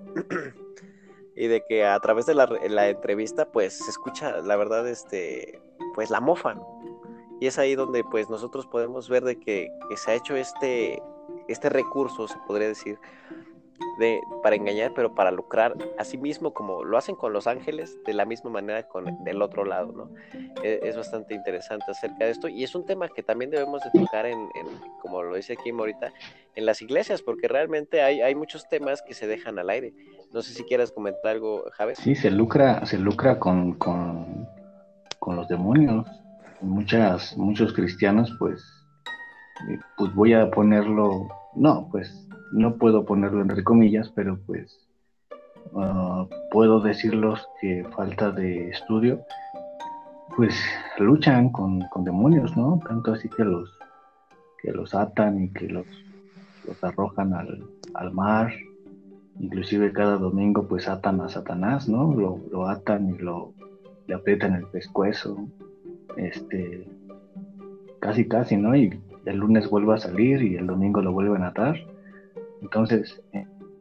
Y de que a través de la, la entrevista pues se escucha la verdad este pues la mofa, ¿no? Y es ahí donde pues nosotros podemos ver de que, que se ha hecho este este recurso, se podría decir, de, para engañar, pero para lucrar, así mismo como lo hacen con los ángeles, de la misma manera con del otro lado, ¿no? Es, es bastante interesante acerca de esto, y es un tema que también debemos de tocar en, en como lo dice Kim ahorita, en las iglesias, porque realmente hay, hay muchos temas que se dejan al aire. No sé si quieras comentar algo, Javes. Sí, se lucra, se lucra con, con, con los demonios. Muchas, muchos cristianos, pues, eh, pues voy a ponerlo, no, pues no puedo ponerlo entre comillas, pero pues uh, puedo decirlos que falta de estudio, pues luchan con, con demonios, ¿no? Tanto así que los, que los atan y que los, los arrojan al, al mar. Inclusive cada domingo pues atan a Satanás, ¿no? Lo, lo atan y lo le aprietan el pescuezo, este, casi casi, ¿no? Y el lunes vuelve a salir y el domingo lo vuelven a atar. Entonces, eh,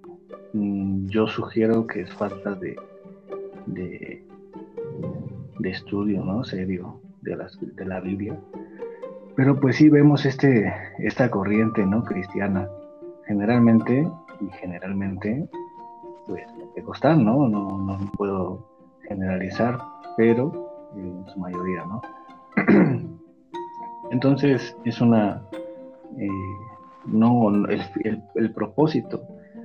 yo sugiero que es falta de, de, de estudio, ¿no? Serio de, las, de la Biblia. Pero pues sí vemos este, esta corriente, ¿no? Cristiana. Generalmente, y generalmente, pues pentecostal, ¿no? No, no puedo generalizar, pero en su mayoría, ¿no? Entonces es una, eh, no, el, el, el propósito,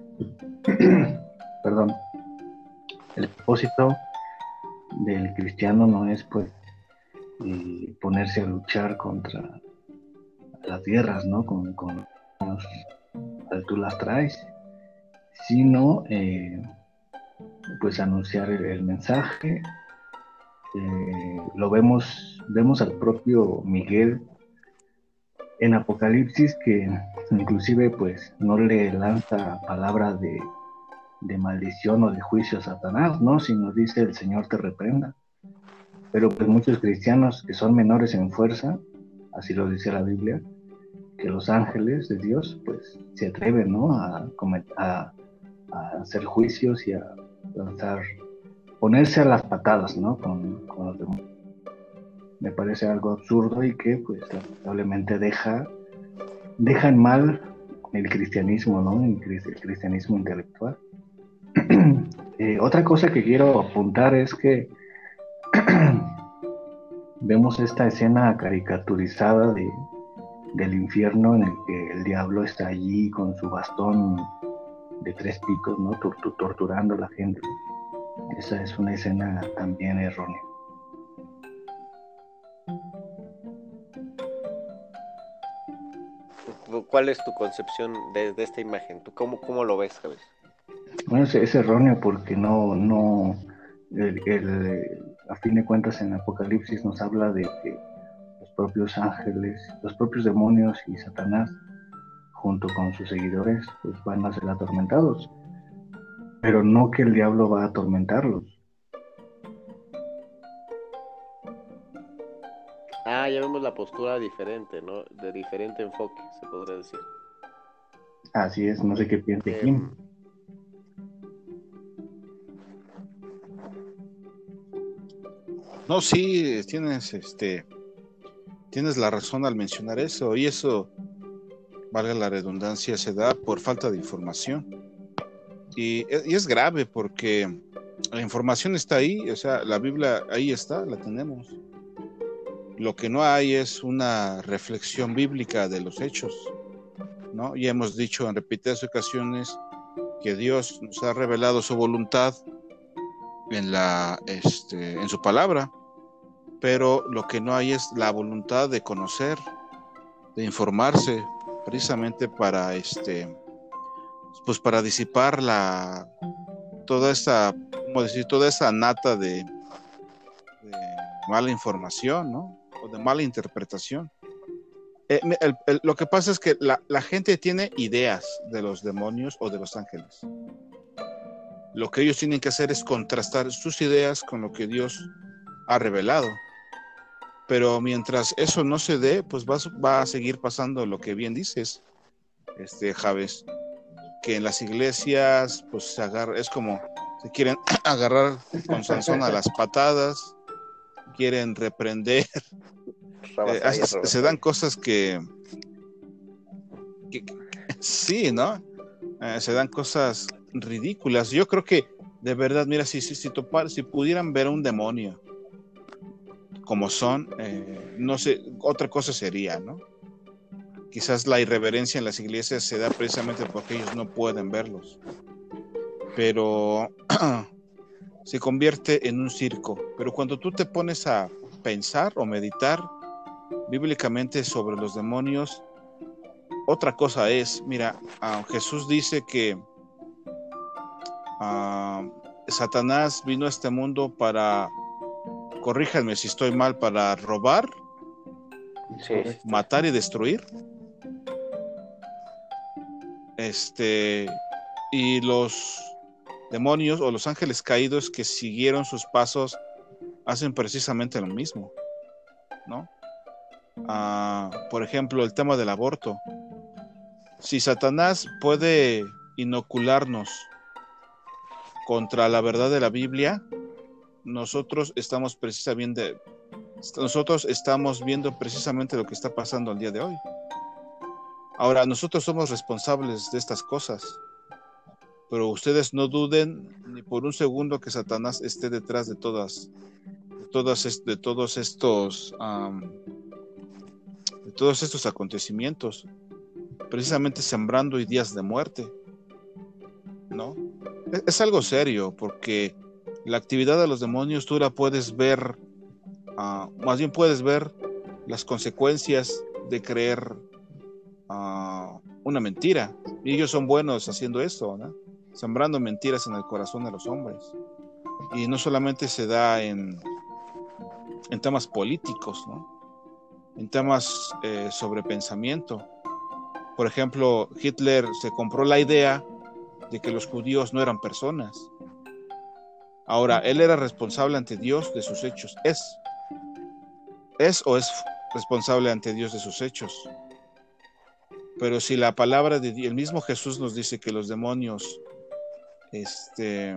perdón, el propósito del cristiano no es pues eh, ponerse a luchar contra las guerras, ¿no? Con, con tú las traes, sino eh, pues anunciar el, el mensaje. Eh, lo vemos, vemos al propio Miguel en Apocalipsis que inclusive pues no le lanza palabra de, de maldición o de juicio a Satanás, ¿no? Sino dice el Señor te reprenda. Pero pues muchos cristianos que son menores en fuerza, así lo dice la Biblia, que los ángeles de Dios pues se atreven, ¿no? A, a, a hacer juicios y a lanzar, ponerse a las patadas, ¿no? Con, con los demás. Me parece algo absurdo y que pues lamentablemente deja, deja en mal el cristianismo, ¿no? El, el cristianismo intelectual. eh, otra cosa que quiero apuntar es que vemos esta escena caricaturizada de, del infierno en el que el diablo está allí con su bastón de tres picos, ¿no? Tortur, torturando a la gente. Esa es una escena también errónea. ¿Cuál es tu concepción de, de esta imagen? ¿Tú cómo, cómo lo ves, Javes? Bueno, es, es erróneo porque no, no, el, el, a fin de cuentas en Apocalipsis nos habla de que los propios ángeles, los propios demonios y Satanás, junto con sus seguidores, pues van a ser atormentados, pero no que el diablo va a atormentarlos. Ah, ya vemos la postura diferente, ¿no? De diferente enfoque, se podría decir. Así es, no sé qué piensa Eh, Kim. No, sí, tienes, este, tienes la razón al mencionar eso, y eso, valga la redundancia, se da por falta de información. Y, y es grave porque la información está ahí, o sea, la Biblia ahí está, la tenemos. Lo que no hay es una reflexión bíblica de los hechos, ¿no? Y hemos dicho en repetidas ocasiones que Dios nos ha revelado su voluntad en la, este, en su palabra, pero lo que no hay es la voluntad de conocer, de informarse, precisamente para, este, pues para disipar la, toda esta, ¿cómo decir? Toda esa nata de, de mala información, ¿no? O de mala interpretación. Eh, el, el, lo que pasa es que la, la gente tiene ideas de los demonios o de los ángeles. Lo que ellos tienen que hacer es contrastar sus ideas con lo que Dios ha revelado. Pero mientras eso no se dé, pues va, va a seguir pasando lo que bien dices, este, Javes, que en las iglesias pues se agarra, es como se quieren agarrar con Sansón a las patadas, quieren reprender, eh, se, se dan cosas que, que, que sí, ¿no? Eh, se dan cosas ridículas. Yo creo que de verdad, mira, si, si, si, topar, si pudieran ver a un demonio como son, eh, no sé, otra cosa sería, ¿no? Quizás la irreverencia en las iglesias se da precisamente porque ellos no pueden verlos, pero se convierte en un circo. Pero cuando tú te pones a pensar o meditar bíblicamente sobre los demonios, otra cosa es, mira, uh, Jesús dice que uh, Satanás vino a este mundo para, corríjanme si estoy mal, para robar, Sí. matar y destruir. Este, y los demonios o los ángeles caídos que siguieron sus pasos hacen precisamente lo mismo, ¿no? Uh, por ejemplo, el tema del aborto. Si Satanás puede inocularnos contra la verdad de la Biblia, nosotros estamos precisamente, nosotros estamos viendo precisamente lo que está pasando al día de hoy. Ahora, nosotros somos responsables de estas cosas, pero ustedes no duden ni por un segundo que Satanás esté detrás de todas, de todas, de todos estos, um, de todos estos acontecimientos, precisamente sembrando ideas de muerte, ¿no? Es, es algo serio, porque la actividad de los demonios tú la puedes ver, uh, más bien puedes ver las consecuencias de creer Uh, una mentira, y ellos son buenos haciendo eso, ¿no? Sembrando mentiras en el corazón de los hombres. Y no solamente se da en, en temas políticos, ¿no? En temas eh, sobre pensamiento. Por ejemplo, Hitler se compró la idea de que los judíos no eran personas. Ahora, él era responsable ante Dios de sus hechos. Es, es o es responsable ante Dios de sus hechos. Pero si la palabra de Dios, el mismo Jesús nos dice que los demonios, este,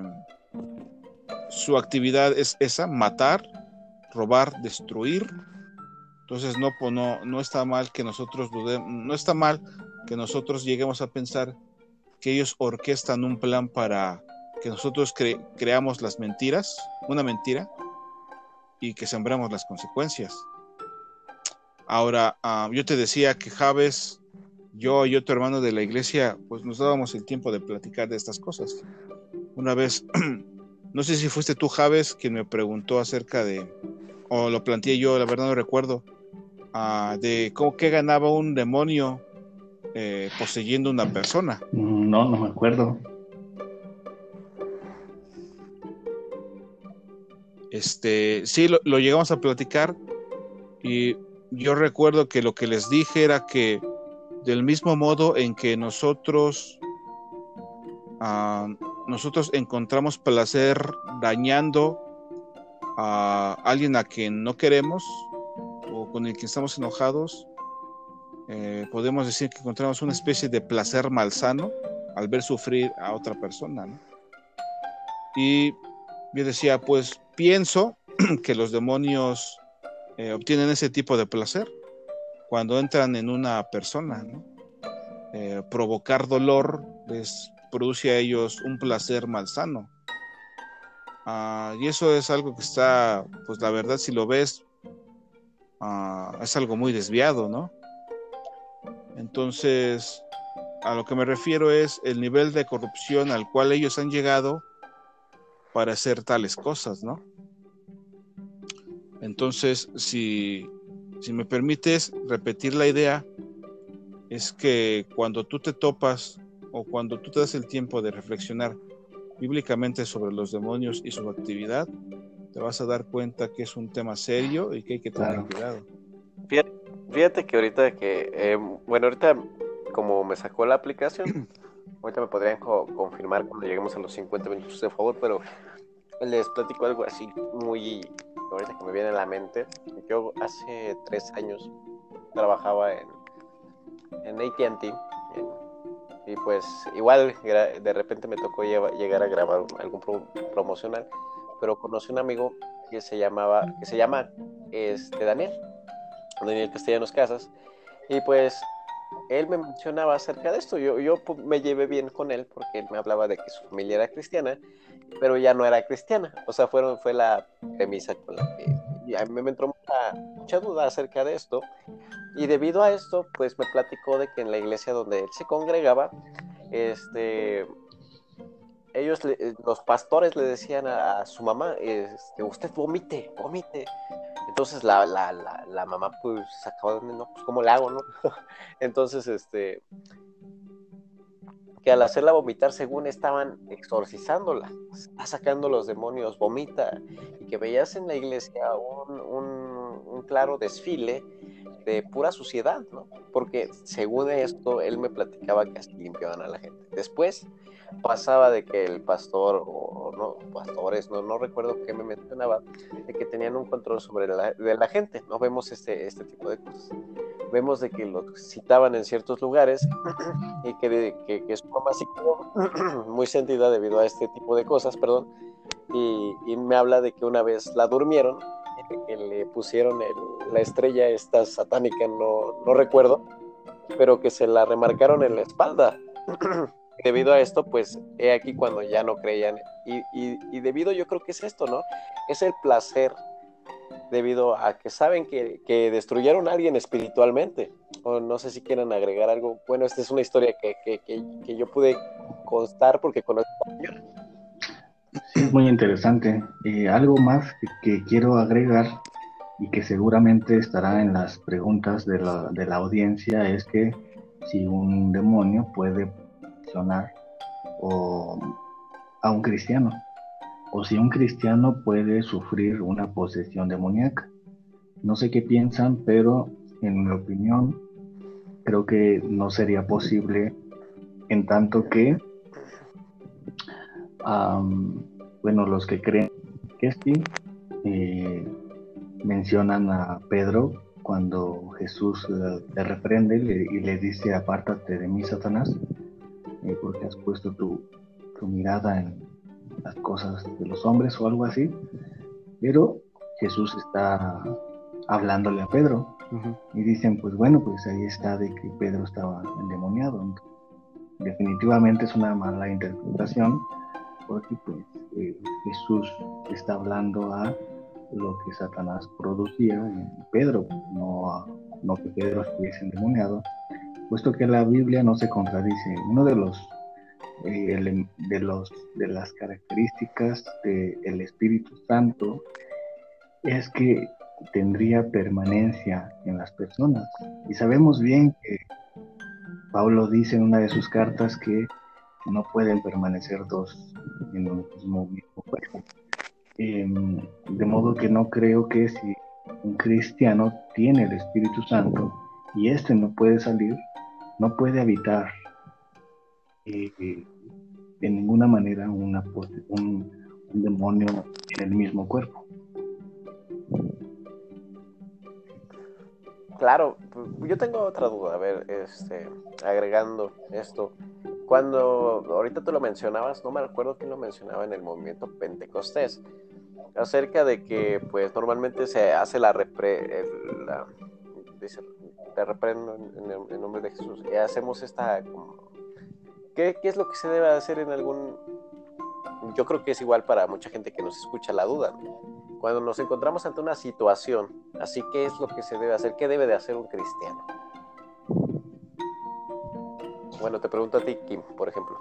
su actividad es esa, matar, robar, destruir, entonces no, no, no está mal que nosotros dudemos, no está mal que nosotros lleguemos a pensar que ellos orquestan un plan para que nosotros cre- creamos las mentiras, una mentira, y que sembramos las consecuencias. Ahora, uh, yo te decía que Javes, yo y otro hermano de la iglesia, pues nos dábamos el tiempo de platicar de estas cosas. Una vez, no sé si fuiste tú, Javes, quien me preguntó acerca de, o lo planteé yo, la verdad no recuerdo, uh, de cómo que ganaba un demonio eh, poseyendo una persona. No, no me acuerdo. Este, sí, lo, lo llegamos a platicar y yo recuerdo que lo que les dije era que del mismo modo en que nosotros uh, nosotros encontramos placer dañando a alguien a quien no queremos o con el que estamos enojados, eh, podemos decir que encontramos una especie de placer malsano al ver sufrir a otra persona, ¿no? Y yo decía, pues pienso que los demonios eh, obtienen ese tipo de placer cuando entran en una persona, ¿no? Eh, provocar dolor les produce a ellos un placer malsano. Uh, y eso es algo que está, pues la verdad, si lo ves, uh, es algo muy desviado, ¿no? Entonces, a lo que me refiero es el nivel de corrupción al cual ellos han llegado para hacer tales cosas, ¿no? Entonces, si, si me permites repetir la idea, es que cuando tú te topas o cuando tú te das el tiempo de reflexionar bíblicamente sobre los demonios y su actividad, te vas a dar cuenta que es un tema serio y que hay que tener Claro. cuidado. Fíjate, fíjate que ahorita que, eh, bueno, ahorita como me sacó la aplicación, ahorita me podrían co- confirmar cuando lleguemos a los cincuenta minutos, de favor, pero les platico algo así muy, ahorita que me viene a la mente. Yo hace tres años trabajaba en, en A T and T, en- y pues igual gra- de repente me tocó lleva- llegar a grabar un- algún pro- promocional, pero conocí un amigo que se llamaba, que se llama este, Daniel, Daniel Castellanos Casas, y pues él me mencionaba acerca de esto. Yo, yo pues, me llevé bien con él porque él me hablaba de que su familia era cristiana, pero ya no era cristiana. O sea, fueron, fue la premisa con la que y a mí me entró mucha, mucha duda acerca de esto. Y debido a esto, pues me platicó de que en la iglesia donde él se congregaba, este, ellos, le- los pastores le decían a, a su mamá, este, usted vomite, vomite. Entonces la, la, la, la mamá pues sacaba de no, pues ¿cómo le hago, no? Entonces, este, que al hacerla vomitar, según estaban exorcizándola, está sacando los demonios, vomita, y que veías en la iglesia un, un, un claro desfile de pura suciedad, ¿no? Porque según esto, él me platicaba que así limpiaban a la gente. Después pasaba de que el pastor, o no, pastores, no, no recuerdo qué me mencionaba, de que tenían un control sobre la, de la gente, ¿no? Vemos este, este tipo de cosas. Vemos de que lo citaban en ciertos lugares y que, que, que su mamá sí quedó muy sentida debido a este tipo de cosas, perdón, y, y me habla de que una vez la durmieron, que le pusieron el, la estrella esta satánica, no, no recuerdo, pero que se la remarcaron en la espalda. Debido a esto, pues he aquí cuando ya no creían. Y, y, y debido yo creo que es esto, ¿no? Es el placer debido a que saben que, que destruyeron a alguien espiritualmente. O no sé si quieren agregar algo. Bueno, esta es una historia que, que, que, que yo pude constar porque conozco. Sí, es muy interesante. Eh, algo más que, que quiero agregar y que seguramente estará en las preguntas de la, de la audiencia es que si un demonio puede posesionar o a un cristiano, o si un cristiano puede sufrir una posesión demoníaca. No sé qué piensan, pero en mi opinión creo que no sería posible en tanto que, um, bueno, los que creen que sí, eh, mencionan a Pedro cuando Jesús le, le reprende le, y le dice, apártate de mí, Satanás, eh, porque has puesto tu, tu mirada en las cosas de los hombres o algo así, pero Jesús está hablándole a Pedro. Uh-huh. Y dicen, pues bueno, pues ahí está de que Pedro estaba endemoniado. Entonces, definitivamente es una mala interpretación, porque pues eh, Jesús está hablando a lo que Satanás producía en Pedro, no, a, no que Pedro estuviese endemoniado, puesto que la Biblia no se contradice. Uno de los eh, el, de los de las características del Espíritu Santo es que tendría permanencia en las personas. Y sabemos bien que Pablo dice en una de sus cartas que no pueden permanecer dos en un mismo, mismo cuerpo. Eh, de modo que no creo que si un cristiano tiene el Espíritu Santo y este no puede salir, no puede habitar eh, eh, de ninguna manera una, un, un demonio en el mismo cuerpo. Claro, yo tengo otra duda, a ver, este, agregando esto. Cuando ahorita tú lo mencionabas, no me acuerdo quién lo mencionaba en el movimiento Pentecostés, acerca de que pues normalmente se hace la repre, el, la, dice, te reprendo en, en, en nombre de Jesús, y hacemos esta, como, ¿qué, ¿qué es lo que se debe hacer en algún, yo creo que es igual para mucha gente que nos escucha la duda, ¿no? cuando nos encontramos ante una situación, así, ¿qué es lo que se debe hacer? ¿Qué debe de hacer un cristiano? Bueno, te pregunto a ti, Kim, por ejemplo.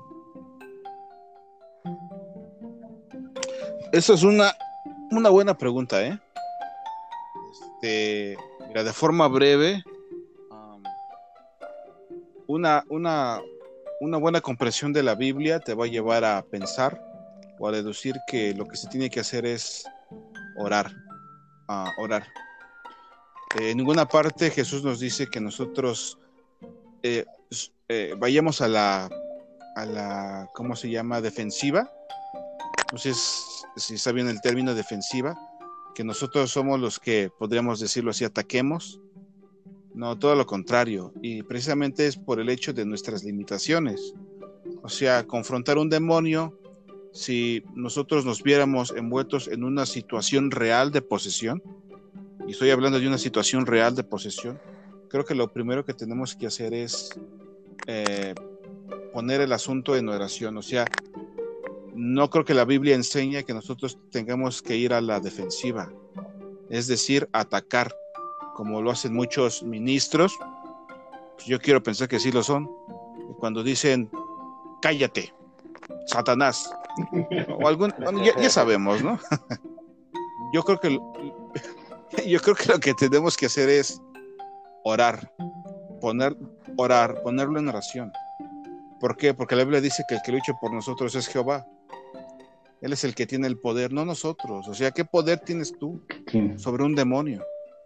Esa es una, una buena pregunta, ¿eh? Este, mira, de forma breve, um, una, una, una buena comprensión de la Biblia te va a llevar a pensar o a deducir que lo que se tiene que hacer es orar, uh, orar. Eh, en ninguna parte Jesús nos dice que nosotros eh, eh, vayamos a la, a la, ¿cómo se llama? Defensiva. Entonces, si está bien el término defensiva, que nosotros somos los que, podríamos decirlo así, ataquemos. No, todo lo contrario. Y precisamente es por el hecho de nuestras limitaciones. O sea, confrontar un demonio, si nosotros nos viéramos envueltos en una situación real de posesión, y estoy hablando de una situación real de posesión, creo que lo primero que tenemos que hacer es eh, poner el asunto en oración. O sea, no creo que la Biblia enseñe que nosotros tengamos que ir a la defensiva, es decir, atacar, como lo hacen muchos ministros. Pues yo quiero pensar que sí lo son, cuando dicen, cállate, Satanás, o algún, bueno, ya, ya sabemos, ¿no? Yo creo que yo creo que lo que tenemos que hacer es orar, poner, orar, ponerlo en oración. ¿Por qué? Porque la Biblia dice que el que lucha por nosotros es Jehová. Él es el que tiene el poder, no nosotros. O sea, ¿qué poder tienes tú sobre un demonio?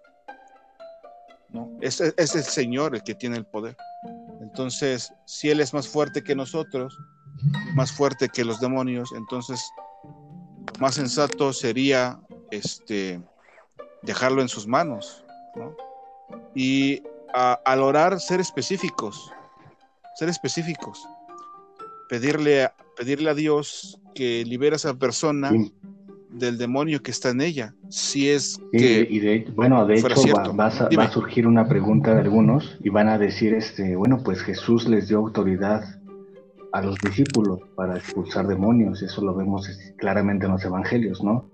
¿No? Es, es el Señor el que tiene el poder. Entonces, si Él es más fuerte que nosotros, más fuerte que los demonios, entonces lo más sensato sería este, dejarlo en sus manos, ¿no? Y a, al orar, ser específicos, ser específicos, pedirle a, pedirle a Dios que libere a esa persona sí. del demonio que está en ella, si es sí, que y de, bueno, de hecho va, va, a, va a surgir una pregunta de algunos y van a decir, este, bueno, pues Jesús les dio autoridad a los discípulos para expulsar demonios, eso lo vemos claramente en los evangelios, ¿no?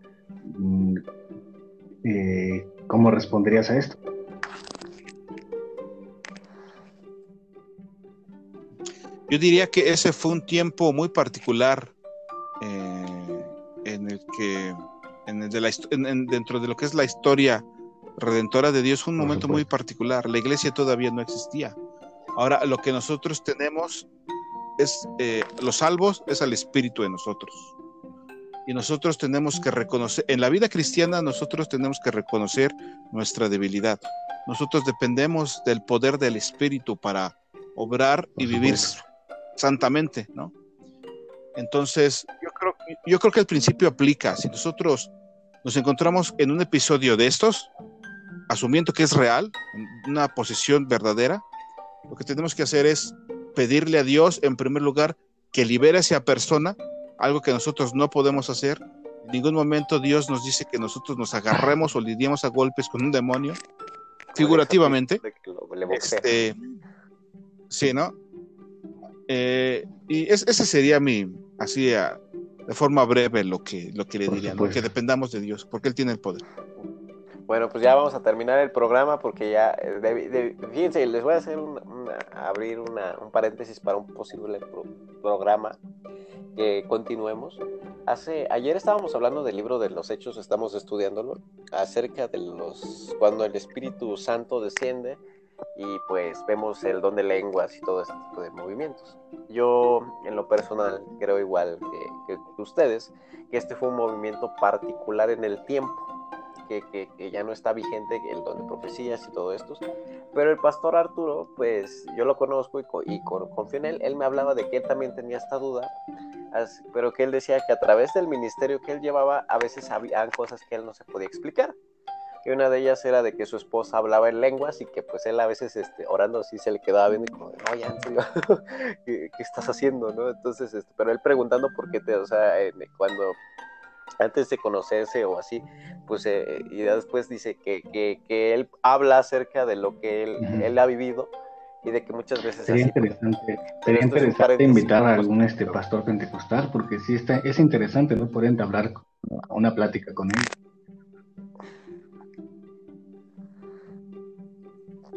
Eh, ¿Cómo responderías a esto? Yo diría que ese fue un tiempo muy particular eh, en el que en el de la, en, en, dentro de lo que es la historia redentora de Dios, fue un momento muy particular. La iglesia todavía no existía. Ahora lo que nosotros tenemos es eh, los salvos es al Espíritu de nosotros, y nosotros tenemos que reconocer, en la vida cristiana nosotros tenemos que reconocer nuestra debilidad. Nosotros dependemos del poder del Espíritu para obrar y vivir santamente, ¿no? Entonces yo creo, yo creo que el principio aplica. Si nosotros nos encontramos en un episodio de estos, asumiendo que es real, una posesión verdadera, lo que tenemos que hacer es pedirle a Dios, en primer lugar, que libere a esa persona, algo que nosotros no podemos hacer. En ningún momento Dios nos dice que nosotros nos agarremos o lidiemos a golpes con un demonio, figurativamente. Este, sí, ¿no? Eh, y es, ese sería mi, así a, de forma breve lo que, lo que le diría, ¿no? Que dependamos de Dios, porque Él tiene el poder. Bueno, pues ya vamos a terminar el programa porque ya, de, de, fíjense, les voy a hacer un, una, abrir una, un paréntesis para un posible pro, programa que continuemos. Hace, ayer estábamos hablando del libro de los Hechos, estamos estudiándolo, acerca de los, cuando el Espíritu Santo desciende y pues vemos el don de lenguas y todo este tipo de movimientos. Yo, en lo personal, creo igual que, que ustedes, que este fue un movimiento particular en el tiempo. Que, que, que ya no está vigente el don de profecías y todo esto, pero el pastor Arturo, pues yo lo conozco y, y confío en él. Él me hablaba de que él también tenía esta duda, as, pero que él decía que a través del ministerio que él llevaba a veces había cosas que él no se podía explicar, y una de ellas era de que su esposa hablaba en lenguas y que pues él a veces este, orando así se le quedaba viendo y como, no, ya en serio, ¿qué, ¿qué estás haciendo? ¿No? Entonces, este, pero él preguntando por qué te, o sea, eh, cuando antes de conocerse o así, pues eh, y después dice que, que, que él habla acerca de lo que él, uh-huh. él ha vivido y de que muchas veces sería así, interesante, sería interesante invitar a algún este pastor pentecostal, porque sí está, es interesante, ¿no? Poder entablar una plática con él.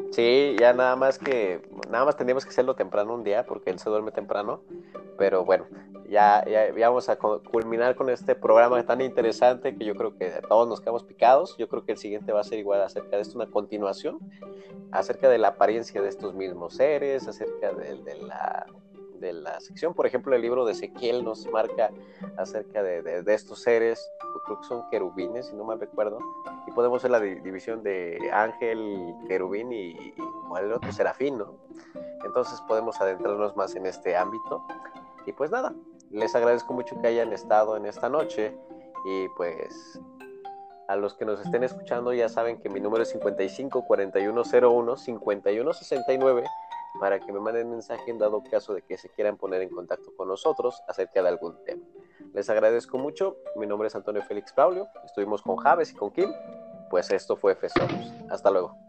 Sí, ya nada más que, nada más tendríamos que hacerlo temprano un día, porque él se duerme temprano, pero bueno, ya, ya, ya vamos a culminar con este programa tan interesante que yo creo que todos nos quedamos picados. Yo creo que el siguiente va a ser igual acerca de esto, una continuación, acerca de la apariencia de estos mismos seres, acerca de, de la de la sección, por ejemplo, el libro de Ezequiel nos marca acerca de, de, de estos seres, yo creo que son querubines, si no mal recuerdo, y podemos ver la di- división de ángel, querubín y, y ¿cuál el otro? Serafín, ¿no? Entonces podemos adentrarnos más en este ámbito. Y pues nada, les agradezco mucho que hayan estado en esta noche y pues a los que nos estén escuchando ya saben que mi número es cincuenta y cinco cuarenta y uno cero uno cincuenta y uno sesenta y nueve para que me manden mensaje en dado caso de que se quieran poner en contacto con nosotros acerca de algún tema. Les agradezco mucho. Mi nombre es Antonio Félix Braulio. Estuvimos con Javes y con Kim. Pues esto fue F S O. Hasta luego.